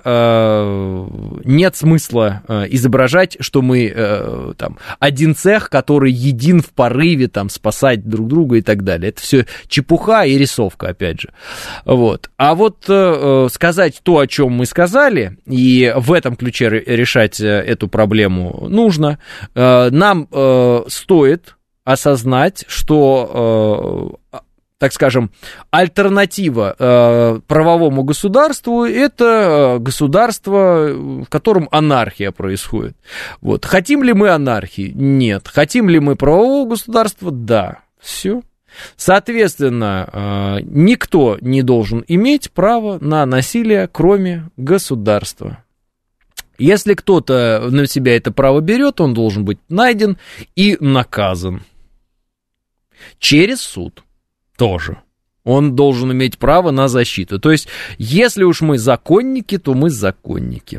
нет смысла изображать, что мы там один цех, который един в порыве там спасать друг друга и так далее. Это все чепуха и рисовка, опять же. Вот. А вот сказать то, о чем мы сказали, и в этом ключе решать эту проблему нужно. Нам стоит осознать, что, так скажем, альтернатива правовому государству – это государство, в котором анархия происходит. Вот. Хотим ли мы анархии? Нет. Хотим ли мы правового государства? Да. Все. Соответственно, никто не должен иметь права на насилие, кроме государства. Если кто-то на себя это право берет, он должен быть найден и наказан. Через суд тоже. Он должен иметь право на защиту. То есть, если уж мы законники, то мы законники.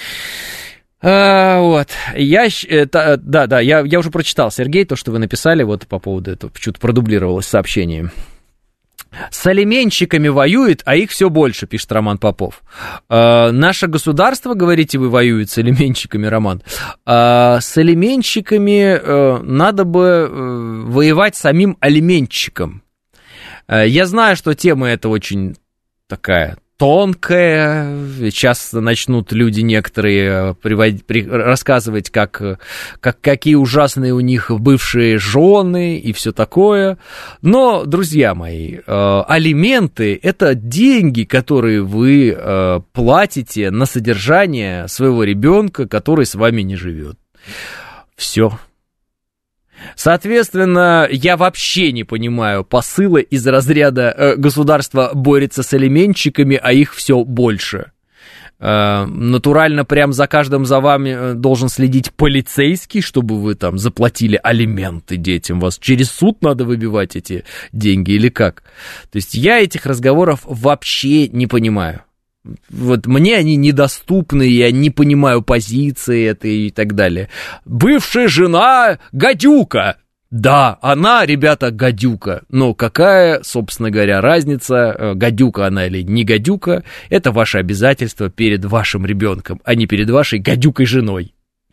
Вот, я уже прочитал, Сергей, то, что вы написали вот по поводу этого, почему-то продублировалось сообщение. С алименщиками воюет, а их все больше, пишет Роман Попов. Наше государство, говорите вы, воюет с алименщиками, Роман. С алименщиками надо бы воевать самим алименщикам. Я знаю, что тема эта очень такая тонкая. Сейчас начнут люди некоторые рассказывать, какие ужасные у них бывшие жены и все такое. Но, друзья мои, алименты – это деньги, которые вы платите на содержание своего ребенка, который с вами не живет. Все. Соответственно, я вообще не понимаю посыла из разряда «государство борется с алименщиками, а их все больше». натурально прям за каждым за вами должен следить полицейский, чтобы вы там заплатили алименты детям. Вас через суд надо выбивать эти деньги или как? То есть я этих разговоров вообще не понимаю. Вот мне они недоступны, я не понимаю позиции этой и так далее. Бывшая жена гадюка. Да, она, ребята, гадюка. Но какая, собственно говоря, разница, гадюка она или не гадюка, это ваше обязательство перед вашим ребенком, а не перед вашей гадюкой женой.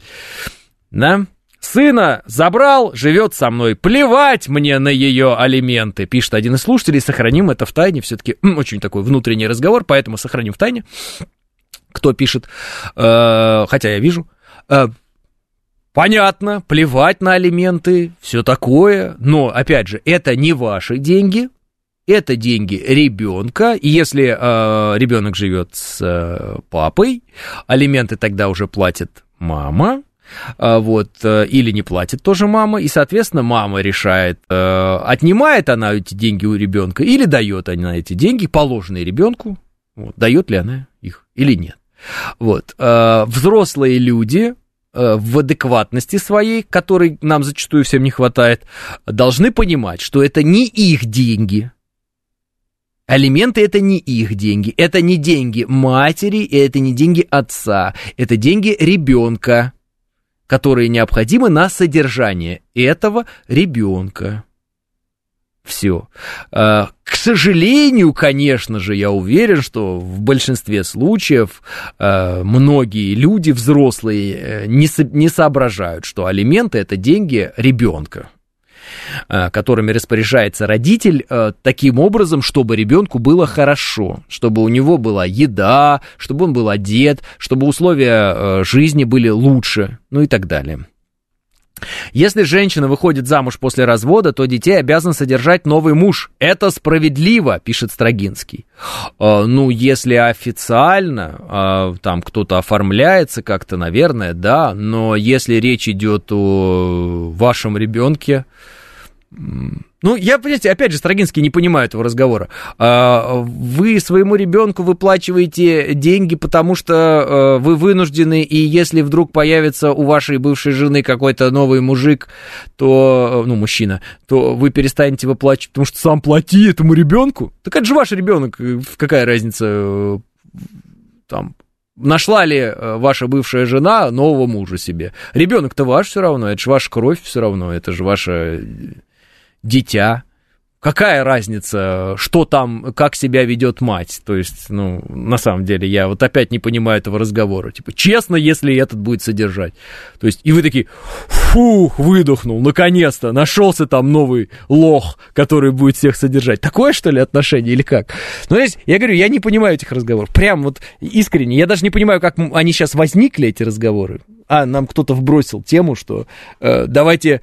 Да? Сына забрал, живет со мной. Плевать мне на ее алименты, пишет один из слушателей. Сохраним это в тайне. Все-таки очень такой внутренний разговор, поэтому сохраним в тайне. Кто пишет? Хотя я вижу. Понятно, плевать на алименты, все такое. Но, опять же, это не ваши деньги. Это деньги ребенка. И если ребенок живет с папой, алименты тогда уже платит мама. Вот, или не платит тоже мама, и, соответственно, мама решает, отнимает она эти деньги у ребенка или дает она эти деньги, положенные ребенку, вот, дает ли она их или нет. Вот, взрослые люди в адекватности своей, которой нам зачастую всем не хватает, должны понимать, что это не их деньги. Алименты — это не их деньги, это не деньги матери, и это не деньги отца, это деньги ребенка, которые необходимы на содержание этого ребенка. Все. К сожалению, конечно же, я уверен, что в большинстве случаев многие люди, взрослые, не соображают, что алименты — это деньги ребенка, которыми распоряжается родитель таким образом, чтобы ребенку было хорошо, чтобы у него была еда, чтобы он был одет, чтобы условия жизни были лучше, ну и так далее. Если женщина выходит замуж после развода, то детей обязан содержать новый муж. Это справедливо, пишет Строгинский. Ну, если официально, там кто-то оформляется как-то, наверное, да, но если речь идет о вашем ребенке... Ну, я, понимаете, опять же, Строгинский не понимаю этого разговора. Вы своему ребенку выплачиваете деньги, потому что вы вынуждены, и если вдруг появится у вашей бывшей жены какой-то новый мужик, то, ну, мужчина, то вы перестанете выплачивать, потому что сам плати этому ребенку. Так это же ваш ребенок, какая разница, там... Нашла ли ваша бывшая жена нового мужа себе? Ребенок-то ваш все равно, это же ваша кровь все равно, это же ваше дитя. Какая разница, что там, как себя ведет мать? То есть, ну, на самом деле, я вот опять не понимаю этого разговора. Типа, честно, если этот будет содержать. То есть, и вы такие, фух, выдохнул, наконец-то, нашелся там новый лох, который будет всех содержать. Такое, что ли, отношение или как? Ну, то есть, я говорю, я не понимаю этих разговоров. Прям вот искренне. Я даже не понимаю, как они сейчас возникли, эти разговоры. Нам кто-то вбросил тему, что давайте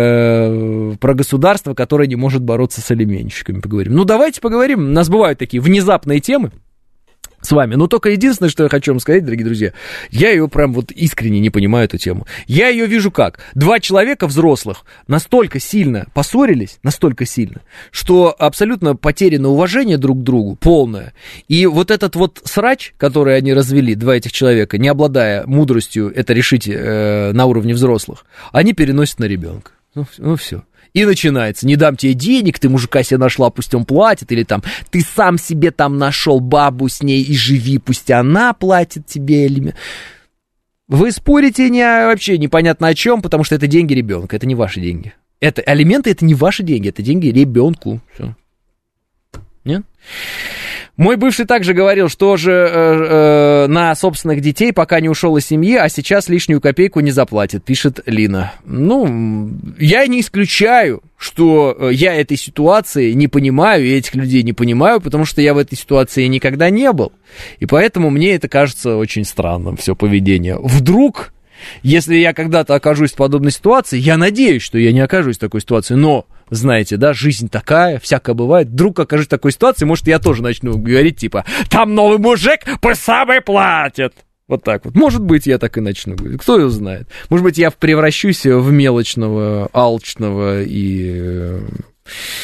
про государство, которое не может бороться с алименщиками, поговорим. Ну, давайте поговорим. У нас бывают такие внезапные темы с вами. Но только единственное, что я хочу вам сказать, дорогие друзья, я ее прям вот искренне не понимаю, эту тему. Я ее вижу как? Два человека взрослых настолько сильно поссорились, настолько сильно, что абсолютно потеряно уважение друг к другу, полное. И вот этот вот срач, который они развели, два этих человека, не обладая мудростью это решить на уровне взрослых, они переносят на ребенка. Ну все. И начинается, не дам тебе денег, ты мужика себе нашла, пусть он платит, или там, ты сам себе там нашел бабу с ней и живи, пусть она платит тебе. Или... Вы спорите вообще непонятно о чем, потому что это деньги ребенка, это не ваши деньги. Это алименты, это не ваши деньги, это деньги ребенку. Все. Нет? Мой бывший также говорил, что же на собственных детей пока не ушел из семьи, а сейчас лишнюю копейку не заплатит, пишет Лина. Ну, я не исключаю, что я этой ситуации не понимаю, и этих людей не понимаю, потому что я в этой ситуации никогда не был. И поэтому мне это кажется очень странным, все поведение. Вдруг, если я когда-то окажусь в подобной ситуации, я надеюсь, что я не окажусь в такой ситуации, но... Знаете, да, жизнь такая, всякое бывает. Вдруг окажусь в такой ситуации, может, я тоже начну говорить, типа, там новый мужик пусть самый платит. Вот так вот. Может быть, я так и начну говорить. Кто его знает? Может быть, я превращусь в мелочного, алчного и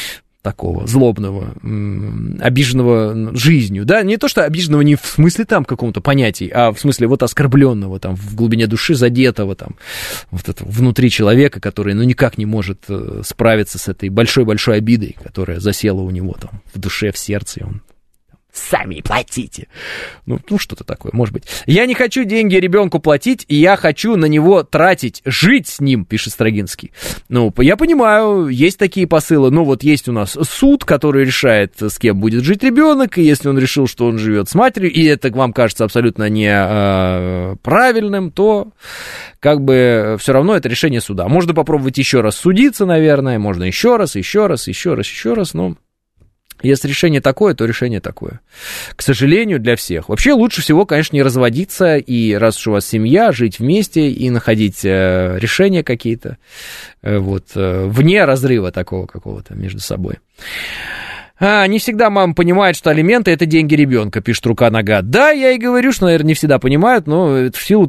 такого злобного, обиженного жизнью, да, не то, что обиженного не в смысле там каком-то понятий, а в смысле вот оскорбленного, там, в глубине души задетого, там, вот это внутри человека, который, ну, никак не может справиться с этой большой-большой обидой, которая засела у него там в душе, в сердце, и он: сами платите. Ну, что-то такое, может быть. Я не хочу деньги ребенку платить, и я хочу на него тратить, жить с ним, пишет Строгинский. Ну, я понимаю, есть такие посылы. Ну, вот есть у нас суд, который решает, с кем будет жить ребенок, и если он решил, что он живет с матерью, и это вам кажется абсолютно неправильным, то как бы все равно это решение суда. Можно попробовать еще раз судиться, наверное, можно еще раз, но... Если решение такое, то решение такое. К сожалению, для всех. Вообще лучше всего, конечно, не разводиться, и раз уж у вас семья, жить вместе и находить решения какие-то вот, вне разрыва такого какого-то между собой. Не всегда мама понимает, что алименты — это деньги ребенка, пишет Рука Нога. Да, я и говорю, что, наверное, не всегда понимают, но это в силу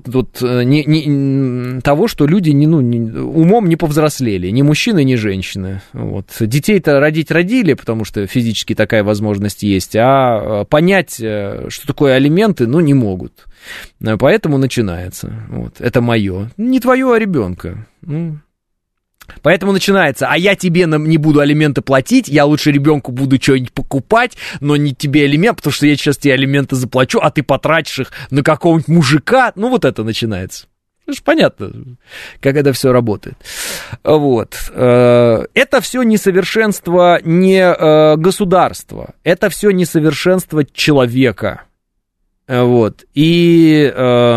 того, что люди умом не повзрослели, ни мужчины, ни женщины. Вот. Детей-то родить родили, потому что физически такая возможность есть, а понять, что такое алименты, не могут. Поэтому начинается. Вот. Это мое. Не твое, а ребенка. Поэтому начинается: а я тебе не буду алименты платить, я лучше ребенку буду что-нибудь покупать, но не тебе алимент, потому что я сейчас тебе алименты заплачу, а ты потратишь их на какого-нибудь мужика. Вот это начинается. Ну, ж понятно, как это все работает. Вот. Это все несовершенство не государства, это все несовершенство человека. Вот. И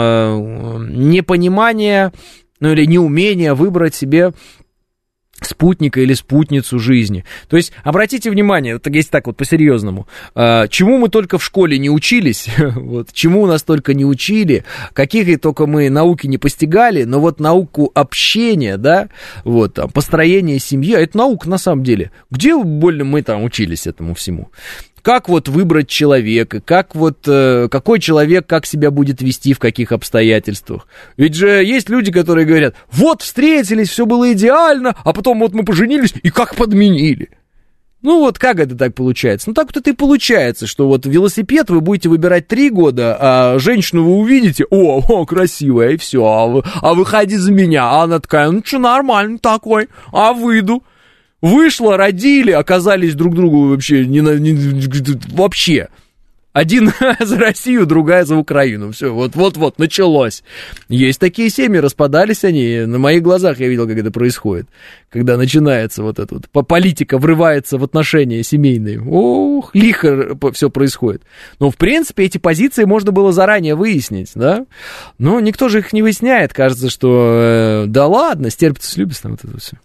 непонимание, или неумение выбрать себе спутника или спутницу жизни. То есть, обратите внимание, если так вот по-серьезному, чему мы только в школе не учились, вот, чему нас только не учили, каких только мы науки не постигали, но вот науку общения, да, вот, там, построение семьи, это наука на самом деле. Где больно мы там учились этому всему? Как вот выбрать человека, какой человек, как себя будет вести, в каких обстоятельствах. Ведь же есть люди, которые говорят: вот встретились, все было идеально, а потом вот мы поженились и как подменили. Вот как это так получается? Так вот это и получается, что вот велосипед вы будете выбирать 3 года, а женщину вы увидите: о, красивая, и все, а выходи за меня. А она такая: что, нормально такой, а выйду. Вышло, родили, оказались друг другу вообще вообще. Один за Россию, другая за Украину. Все, вот, началось. Есть такие семьи, распадались они. На моих глазах я видел, как это происходит. Когда начинается вот эта вот политика, врывается в отношения семейные. Ох, лихо все происходит. Но, в принципе, эти позиции можно было заранее выяснить, да? Но никто же их не выясняет. Кажется, что да ладно, стерпится, слюбится, там вот это все.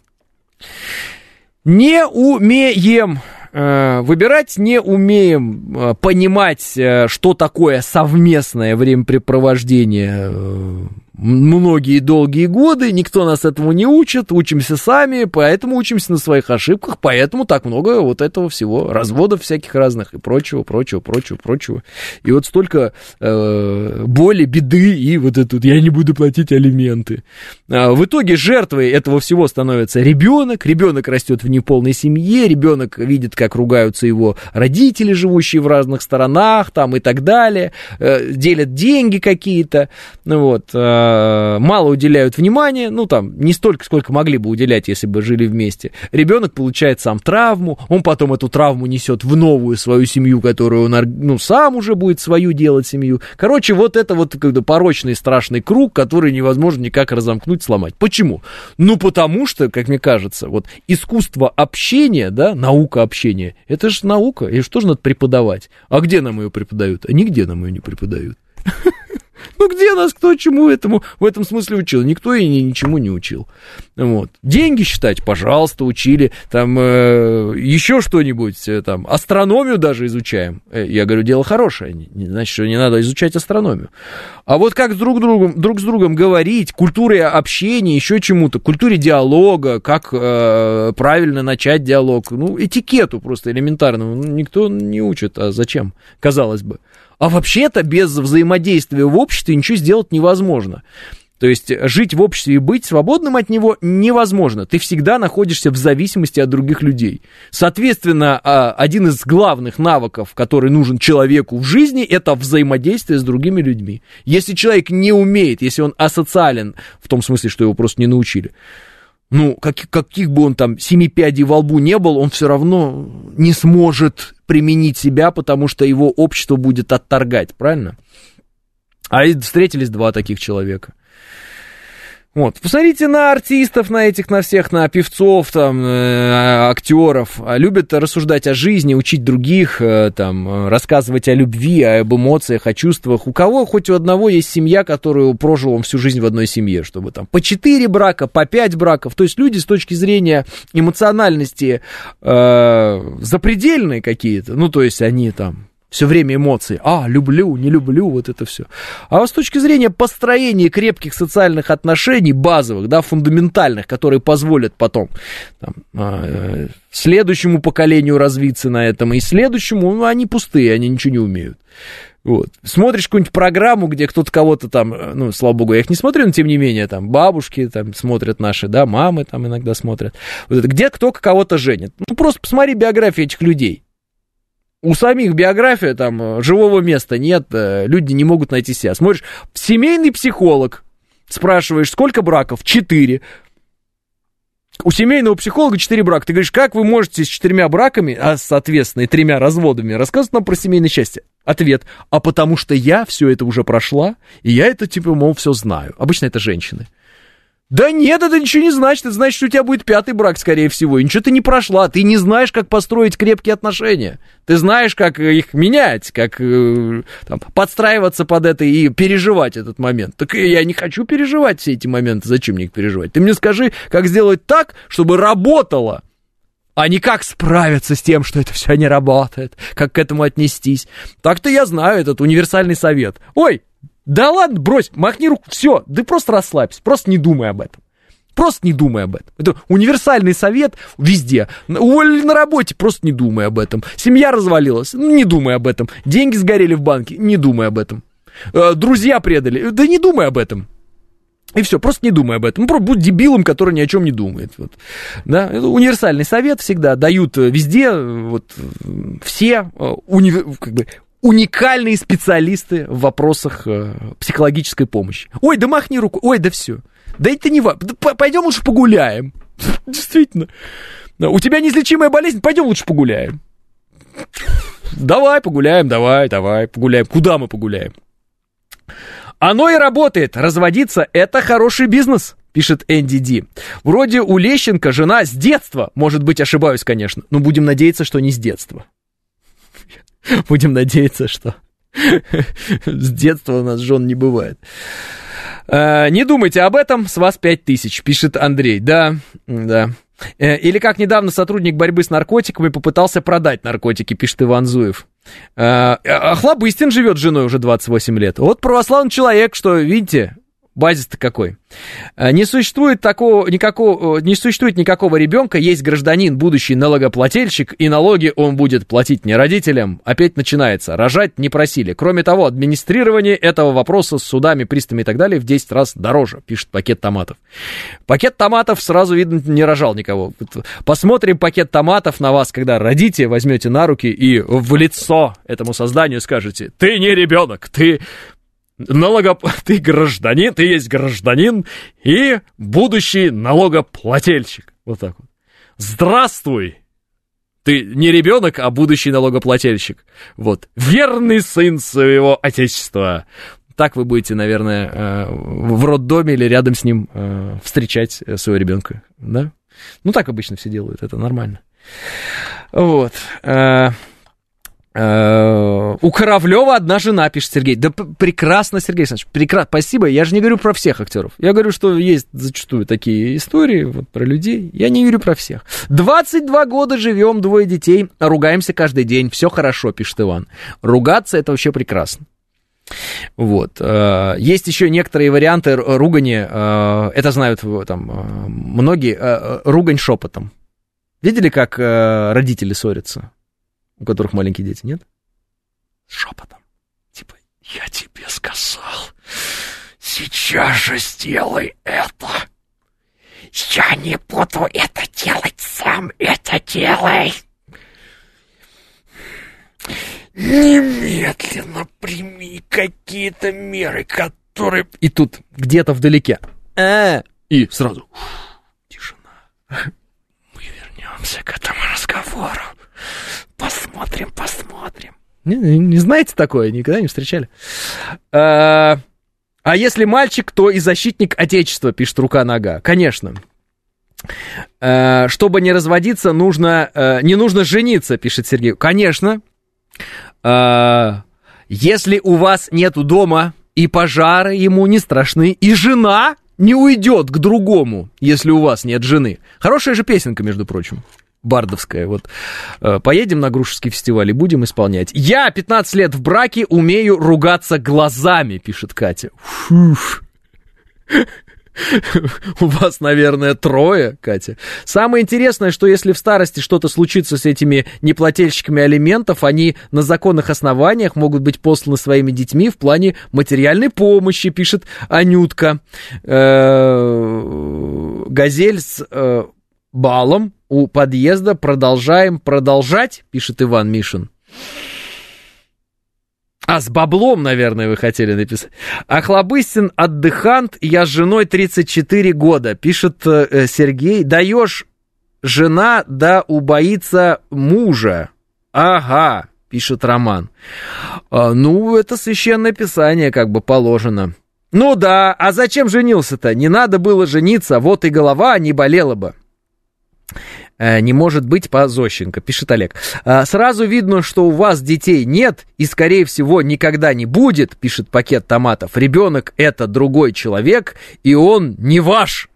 Не умеем выбирать, не умеем понимать, что такое совместное времяпрепровождение многие долгие годы, никто нас этому не учит, учимся сами, поэтому учимся на своих ошибках, поэтому так много вот этого всего, разводов всяких разных и прочего. И вот столько боли, беды и вот это вот: я не буду платить алименты. В итоге жертвой этого всего становится ребенок растет в неполной семье, ребенок видит, как ругаются его родители, живущие в разных сторонах, там и так далее, делят деньги какие-то, мало уделяют внимания, там не столько, сколько могли бы уделять, если бы жили вместе. Ребенок получает сам травму, он потом эту травму несет в новую свою семью, которую он, сам уже будет свою делать семью. Короче, вот это вот порочный страшный круг, который невозможно никак разомкнуть, сломать. Почему? Потому что, как мне кажется, вот искусство общения, да, наука общения, это же наука, и что же надо преподавать? А где нам ее преподают? А нигде нам ее не преподают. Где нас кто чему этому в этом смысле учил? Никто и ничему не учил. Вот. Деньги считать, пожалуйста, учили. Там еще что-нибудь, там, астрономию даже изучаем. Я говорю, дело хорошее, не значит, что не надо изучать астрономию. А вот как друг с другом говорить, культуре общения, еще чему-то, культуре диалога, как правильно начать диалог, этикету просто элементарному никто не учит. А зачем? Казалось бы. А вообще-то без взаимодействия в обществе ничего сделать невозможно. То есть жить в обществе и быть свободным от него невозможно. Ты всегда находишься в зависимости от других людей. Соответственно, один из главных навыков, который нужен человеку в жизни, это взаимодействие с другими людьми. Если человек не умеет, если он асоциален, в том смысле, что его просто не научили, ну, каких бы он там 7 пядей во лбу не был, он все равно не сможет применить себя, потому что его общество будет отторгать, правильно? А встретились 2 таких человека. Вот, посмотрите на артистов, на этих, на всех, на певцов, там, актеров. Любят рассуждать о жизни, учить других, там, рассказывать о любви, об эмоциях, о чувствах. У кого хоть у одного есть семья, которую прожил он всю жизнь в одной семье, чтобы там по 4 брака, по 5 браков. То есть люди с точки зрения эмоциональности запредельные какие-то. Ну, то есть они там... Все время эмоции. Люблю, не люблю, вот это все. А с точки зрения построения крепких социальных отношений, базовых, да, фундаментальных, которые позволят потом там, следующему поколению развиться на этом, и следующему, ну, они пустые, они ничего не умеют. Вот. Смотришь какую-нибудь программу, где кто-то кого-то там, ну, слава богу, я их не смотрю, но тем не менее, там, бабушки там смотрят наши, да, мамы там иногда смотрят. Вот это, где кто кого-то женит. Ну, просто посмотри биографии этих людей. У самих биография, там, живого места нет, люди не могут найти себя. Смотришь, семейный психолог, спрашиваешь, сколько браков? 4. У семейного психолога 4 брака. Ты говоришь, как вы можете с 4 браками, а, соответственно, и 3 разводами, рассказывать нам про семейное счастье? Ответ, потому что я все это уже прошла, и я это, типа, мол, все знаю. Обычно это женщины. Да нет, это ничего не значит. Это значит, что у тебя будет 5-й брак, скорее всего. И ничего ты не прошла. Ты не знаешь, как построить крепкие отношения. Ты знаешь, как их менять, как там, подстраиваться под это и переживать этот момент. Так я не хочу переживать все эти моменты. Зачем мне их переживать? Ты мне скажи, как сделать так, чтобы работало, а не как справиться с тем, что это все не работает, как к этому отнестись. Так-то я знаю этот универсальный совет. Ой, да ладно, брось, махни руку, все, да просто расслабься, просто не думай об этом. Просто не думай об этом. Это универсальный совет везде. Уволили на работе, просто не думай об этом. Семья развалилась, не думай об этом. Деньги сгорели в банке, не думай об этом. Друзья предали, да не думай об этом. И все, просто не думай об этом. Ну, просто будь дебилом, который ни о чем не думает. Вот. Да? Это универсальный совет всегда дают везде, вот, все уникальные специалисты в вопросах психологической помощи. Ой, да махни руку, ой, да все. Да это не важно. Пойдем лучше погуляем. Действительно. У тебя неизлечимая болезнь, пойдем лучше погуляем. Давай погуляем, давай погуляем. Куда мы погуляем? Оно и работает. Разводиться — это хороший бизнес, пишет Энди Ди. Вроде у Лещенко жена с детства. Может быть, ошибаюсь, конечно. Но будем надеяться, что не с детства. Будем надеяться, что с детства у нас жен не бывает. Не думайте об этом, с вас 5000, пишет Андрей. Да. Или как недавно сотрудник борьбы с наркотиками попытался продать наркотики, пишет Иван Зуев. Охлобыстин живет с женой уже 28 лет. Вот православный человек, что, видите, базис-то какой. Не существует никакого ребенка, есть гражданин, будущий налогоплательщик, и налоги он будет платить не родителям. Опять начинается. Рожать не просили. Кроме того, администрирование этого вопроса с судами, приставами и так далее в 10 раз дороже, пишет Пакет томатов. Пакет томатов сразу, видно, не рожал никого. Посмотрим Пакет томатов на вас, когда родите, возьмете на руки и в лицо этому созданию скажете: ты не ребенок, ты гражданин, ты есть гражданин и будущий налогоплательщик. Вот так вот. Здравствуй! Ты не ребенок, а будущий налогоплательщик. Вот. Верный сын своего отечества. Так вы будете, наверное, в роддоме или рядом с ним встречать своего ребенка. Да? Ну, так обычно все делают, это нормально. Вот. У Куравлева одна жена, пишет Сергей. Да прекрасно, Сергей Александрович, прекрасно. Спасибо. Я же не говорю про всех актеров. Я говорю, что есть зачастую такие истории вот, про людей. Я не говорю про всех. 22 года живем, 2 детей, ругаемся каждый день. Все хорошо, пишет Иван. Ругаться — это вообще прекрасно. Вот. Есть еще некоторые варианты ругани. Это знают там многие. Ругань шепотом. Видели, как родители ссорятся? У которых маленькие дети, нет? Шепотом. Типа, я тебе сказал. сейчас же сделай это. Я не буду это делать сам, это делай. Немедленно прими какие-то меры, которые... И тут где-то вдалеке. И сразу... Тишина. Мы вернемся к этому разговору. Посмотрим. Не знаете такое? Никогда не встречали? А если мальчик, то и защитник Отечества, пишет Рука-Нога. Конечно. Чтобы не разводиться, не нужно жениться, пишет Сергей. Конечно. Если у вас нету дома, и пожары ему не страшны, и жена не уйдет к другому, если у вас нет жены. Хорошая же песенка, между прочим. Бардовская. Вот. Поедем на Грушевский фестиваль и будем исполнять. Я 15 лет в браке, умею ругаться глазами, пишет Катя. Фуф. У вас, наверное, 3, Катя. Самое интересное, что если в старости что-то случится с этими неплательщиками алиментов, они на законных основаниях могут быть посланы своими детьми в плане материальной помощи, пишет Анютка. Газель с балом у подъезда. Продолжать, пишет Иван Мишин. С баблом, наверное, вы хотели написать. Охлобыстин, отдыхант, я с женой 34 года, пишет Сергей. Даешь жена, да убоится мужа. Ага, пишет Роман. Ну, это священное писание, как бы положено. Ну да, а зачем женился-то? Не надо было жениться, вот и голова не болела бы. Не может быть по Зощенко, пишет Олег. Сразу видно, что у вас детей нет и, скорее всего, никогда не будет, пишет Пакет Томатов. Ребенок — это другой человек, и он не ваш.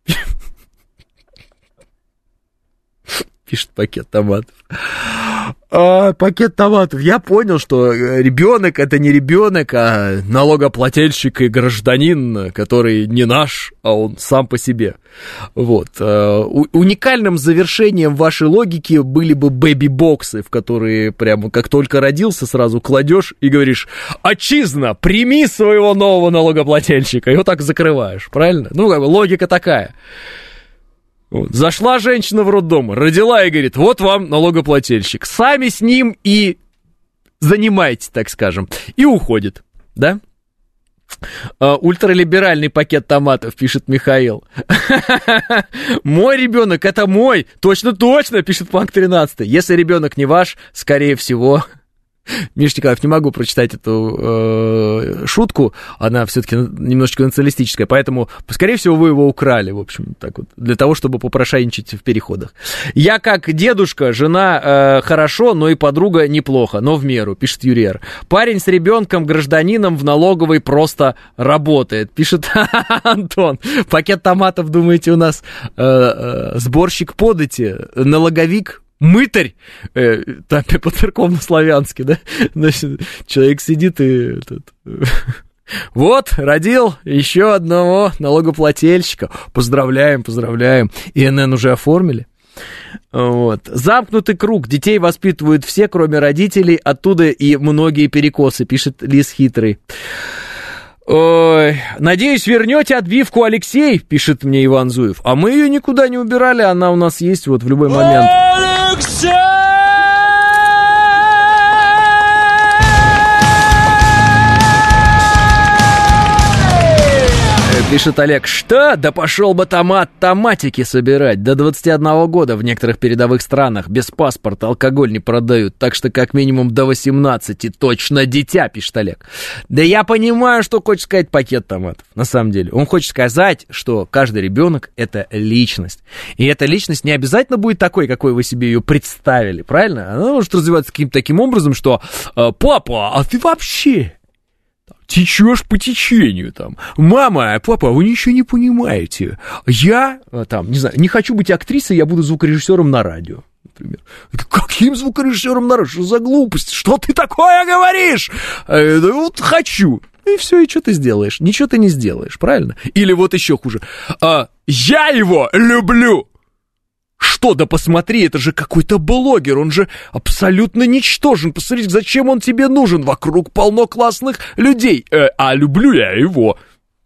Пишет Пакет Томатов. Пакет Томатов. Я понял, что ребенок — это не ребенок, а налогоплательщик и гражданин, который не наш, а он сам по себе. Вот. Уникальным завершением вашей логики были бы бэби-боксы, в которые прямо как только родился, сразу кладешь и говоришь: «Отчизна, прими своего нового налогоплательщика», и вот так закрываешь, правильно? Ну, как бы логика такая. Вот. Зашла женщина в роддом, родила и говорит: вот вам налогоплательщик. Сами с ним и занимайтесь, так скажем. И уходит, да? Ультралиберальный Пакет Томатов, пишет Михаил. Мой ребенок — это мой. Точно, пишет Панк 13. Если ребенок не ваш, скорее всего... Миша Николаев, не могу прочитать эту шутку, она все-таки немножечко националистическая, поэтому, скорее всего, вы его украли, в общем, так вот, для того, чтобы попрошайничать в переходах. Я как дедушка, жена хорошо, но и подруга неплохо, но в меру, пишет Юрий Р. Парень с ребенком, гражданином в налоговой просто работает, пишет Антон. Пакет Томатов, думаете, у нас сборщик подати, налоговик? Мытарь, там по-церковно-славянски, да? Значит, человек сидит и... Вот, родил еще одного налогоплательщика. Поздравляем. ИНН уже оформили. Вот. Замкнутый круг. Детей воспитывают все, кроме родителей. Оттуда и многие перекосы, пишет Лис Хитрый. Ой, надеюсь, вернете отбивку, Алексей, пишет мне Иван Зуев. А мы ее никуда не убирали, она у нас есть вот в любой момент. Алексей! Пишет Олег: что? Да пошел бы томатики собирать. До 21 года в некоторых передовых странах без паспорта алкоголь не продают, так что как минимум до 18 точно дитя, пишет Олег. Да я понимаю, что хочет сказать Пакет Томатов, на самом деле. Он хочет сказать, что каждый ребенок — это личность. И эта личность не обязательно будет такой, какой вы себе ее представили, правильно? Она может развиваться каким-то таким образом, что «Папа, а ты вообще...» течешь по течению там. Мама, папа, вы ничего не понимаете. Я, там, не знаю, не хочу быть актрисой, я буду звукорежиссером на радио, например. Каким звукорежиссером на радио? Что за глупость? Что ты такое говоришь? Да вот хочу. И все, и что ты сделаешь? Ничего ты не сделаешь, правильно? Или вот еще хуже. Я его люблю. Что, да посмотри, это же какой-то блогер, он же абсолютно ничтожен. Посмотрите, зачем он тебе нужен? Вокруг полно классных людей. А люблю я его.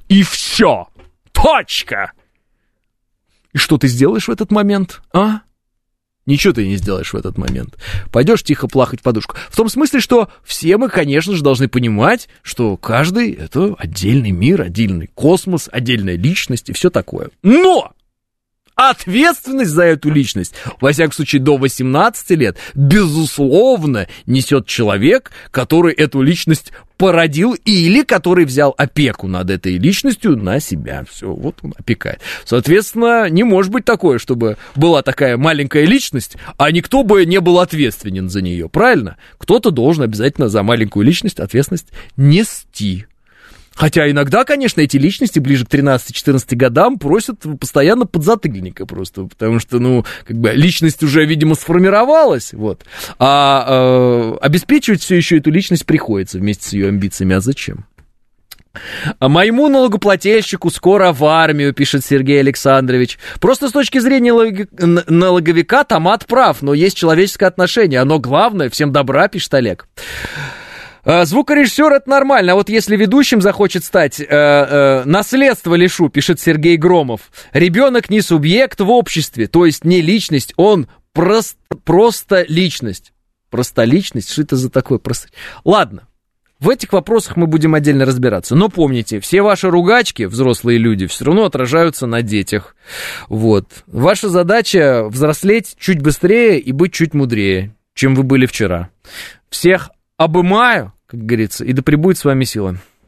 И все. Точка. И что ты сделаешь в этот момент, а? Ничего ты не сделаешь в этот момент. Пойдешь тихо плакать в подушку. В том смысле, что все мы, конечно же, должны понимать, что каждый — это отдельный мир, отдельный космос, отдельная личность и все такое. Но ответственность за эту личность, во всяком случае, до 18 лет, безусловно, несет человек, который эту личность породил или который взял опеку над этой личностью на себя. Все, вот он опекает. Соответственно, не может быть такое, чтобы была такая маленькая личность, а никто бы не был ответственен за нее. Правильно? Кто-то должен обязательно за маленькую личность ответственность нести. Хотя иногда, конечно, эти личности ближе к 13-14 годам просят постоянно подзатыльника просто, потому что, ну, как бы личность уже, видимо, сформировалась, вот, а обеспечивать все еще эту личность приходится вместе с ее амбициями, а зачем? Моему налогоплательщику скоро в армию, пишет Сергей Александрович. Просто с точки зрения налоговика Томат прав, но есть человеческое отношение, оно главное, всем добра, пишет Олег. Звукорежиссер — это нормально, а вот если ведущим захочет стать, наследство лишу, пишет Сергей Громов. Ребенок не субъект в обществе, то есть не личность, он просто личность. Просто личность? Что это за такое? Ладно, в этих вопросах мы будем отдельно разбираться. Но помните, все ваши ругачки, взрослые люди, все равно отражаются на детях. Вот. Ваша задача взрослеть чуть быстрее и быть чуть мудрее, чем вы были вчера. Всех обымаю, как говорится, и да пребудет с вами сила.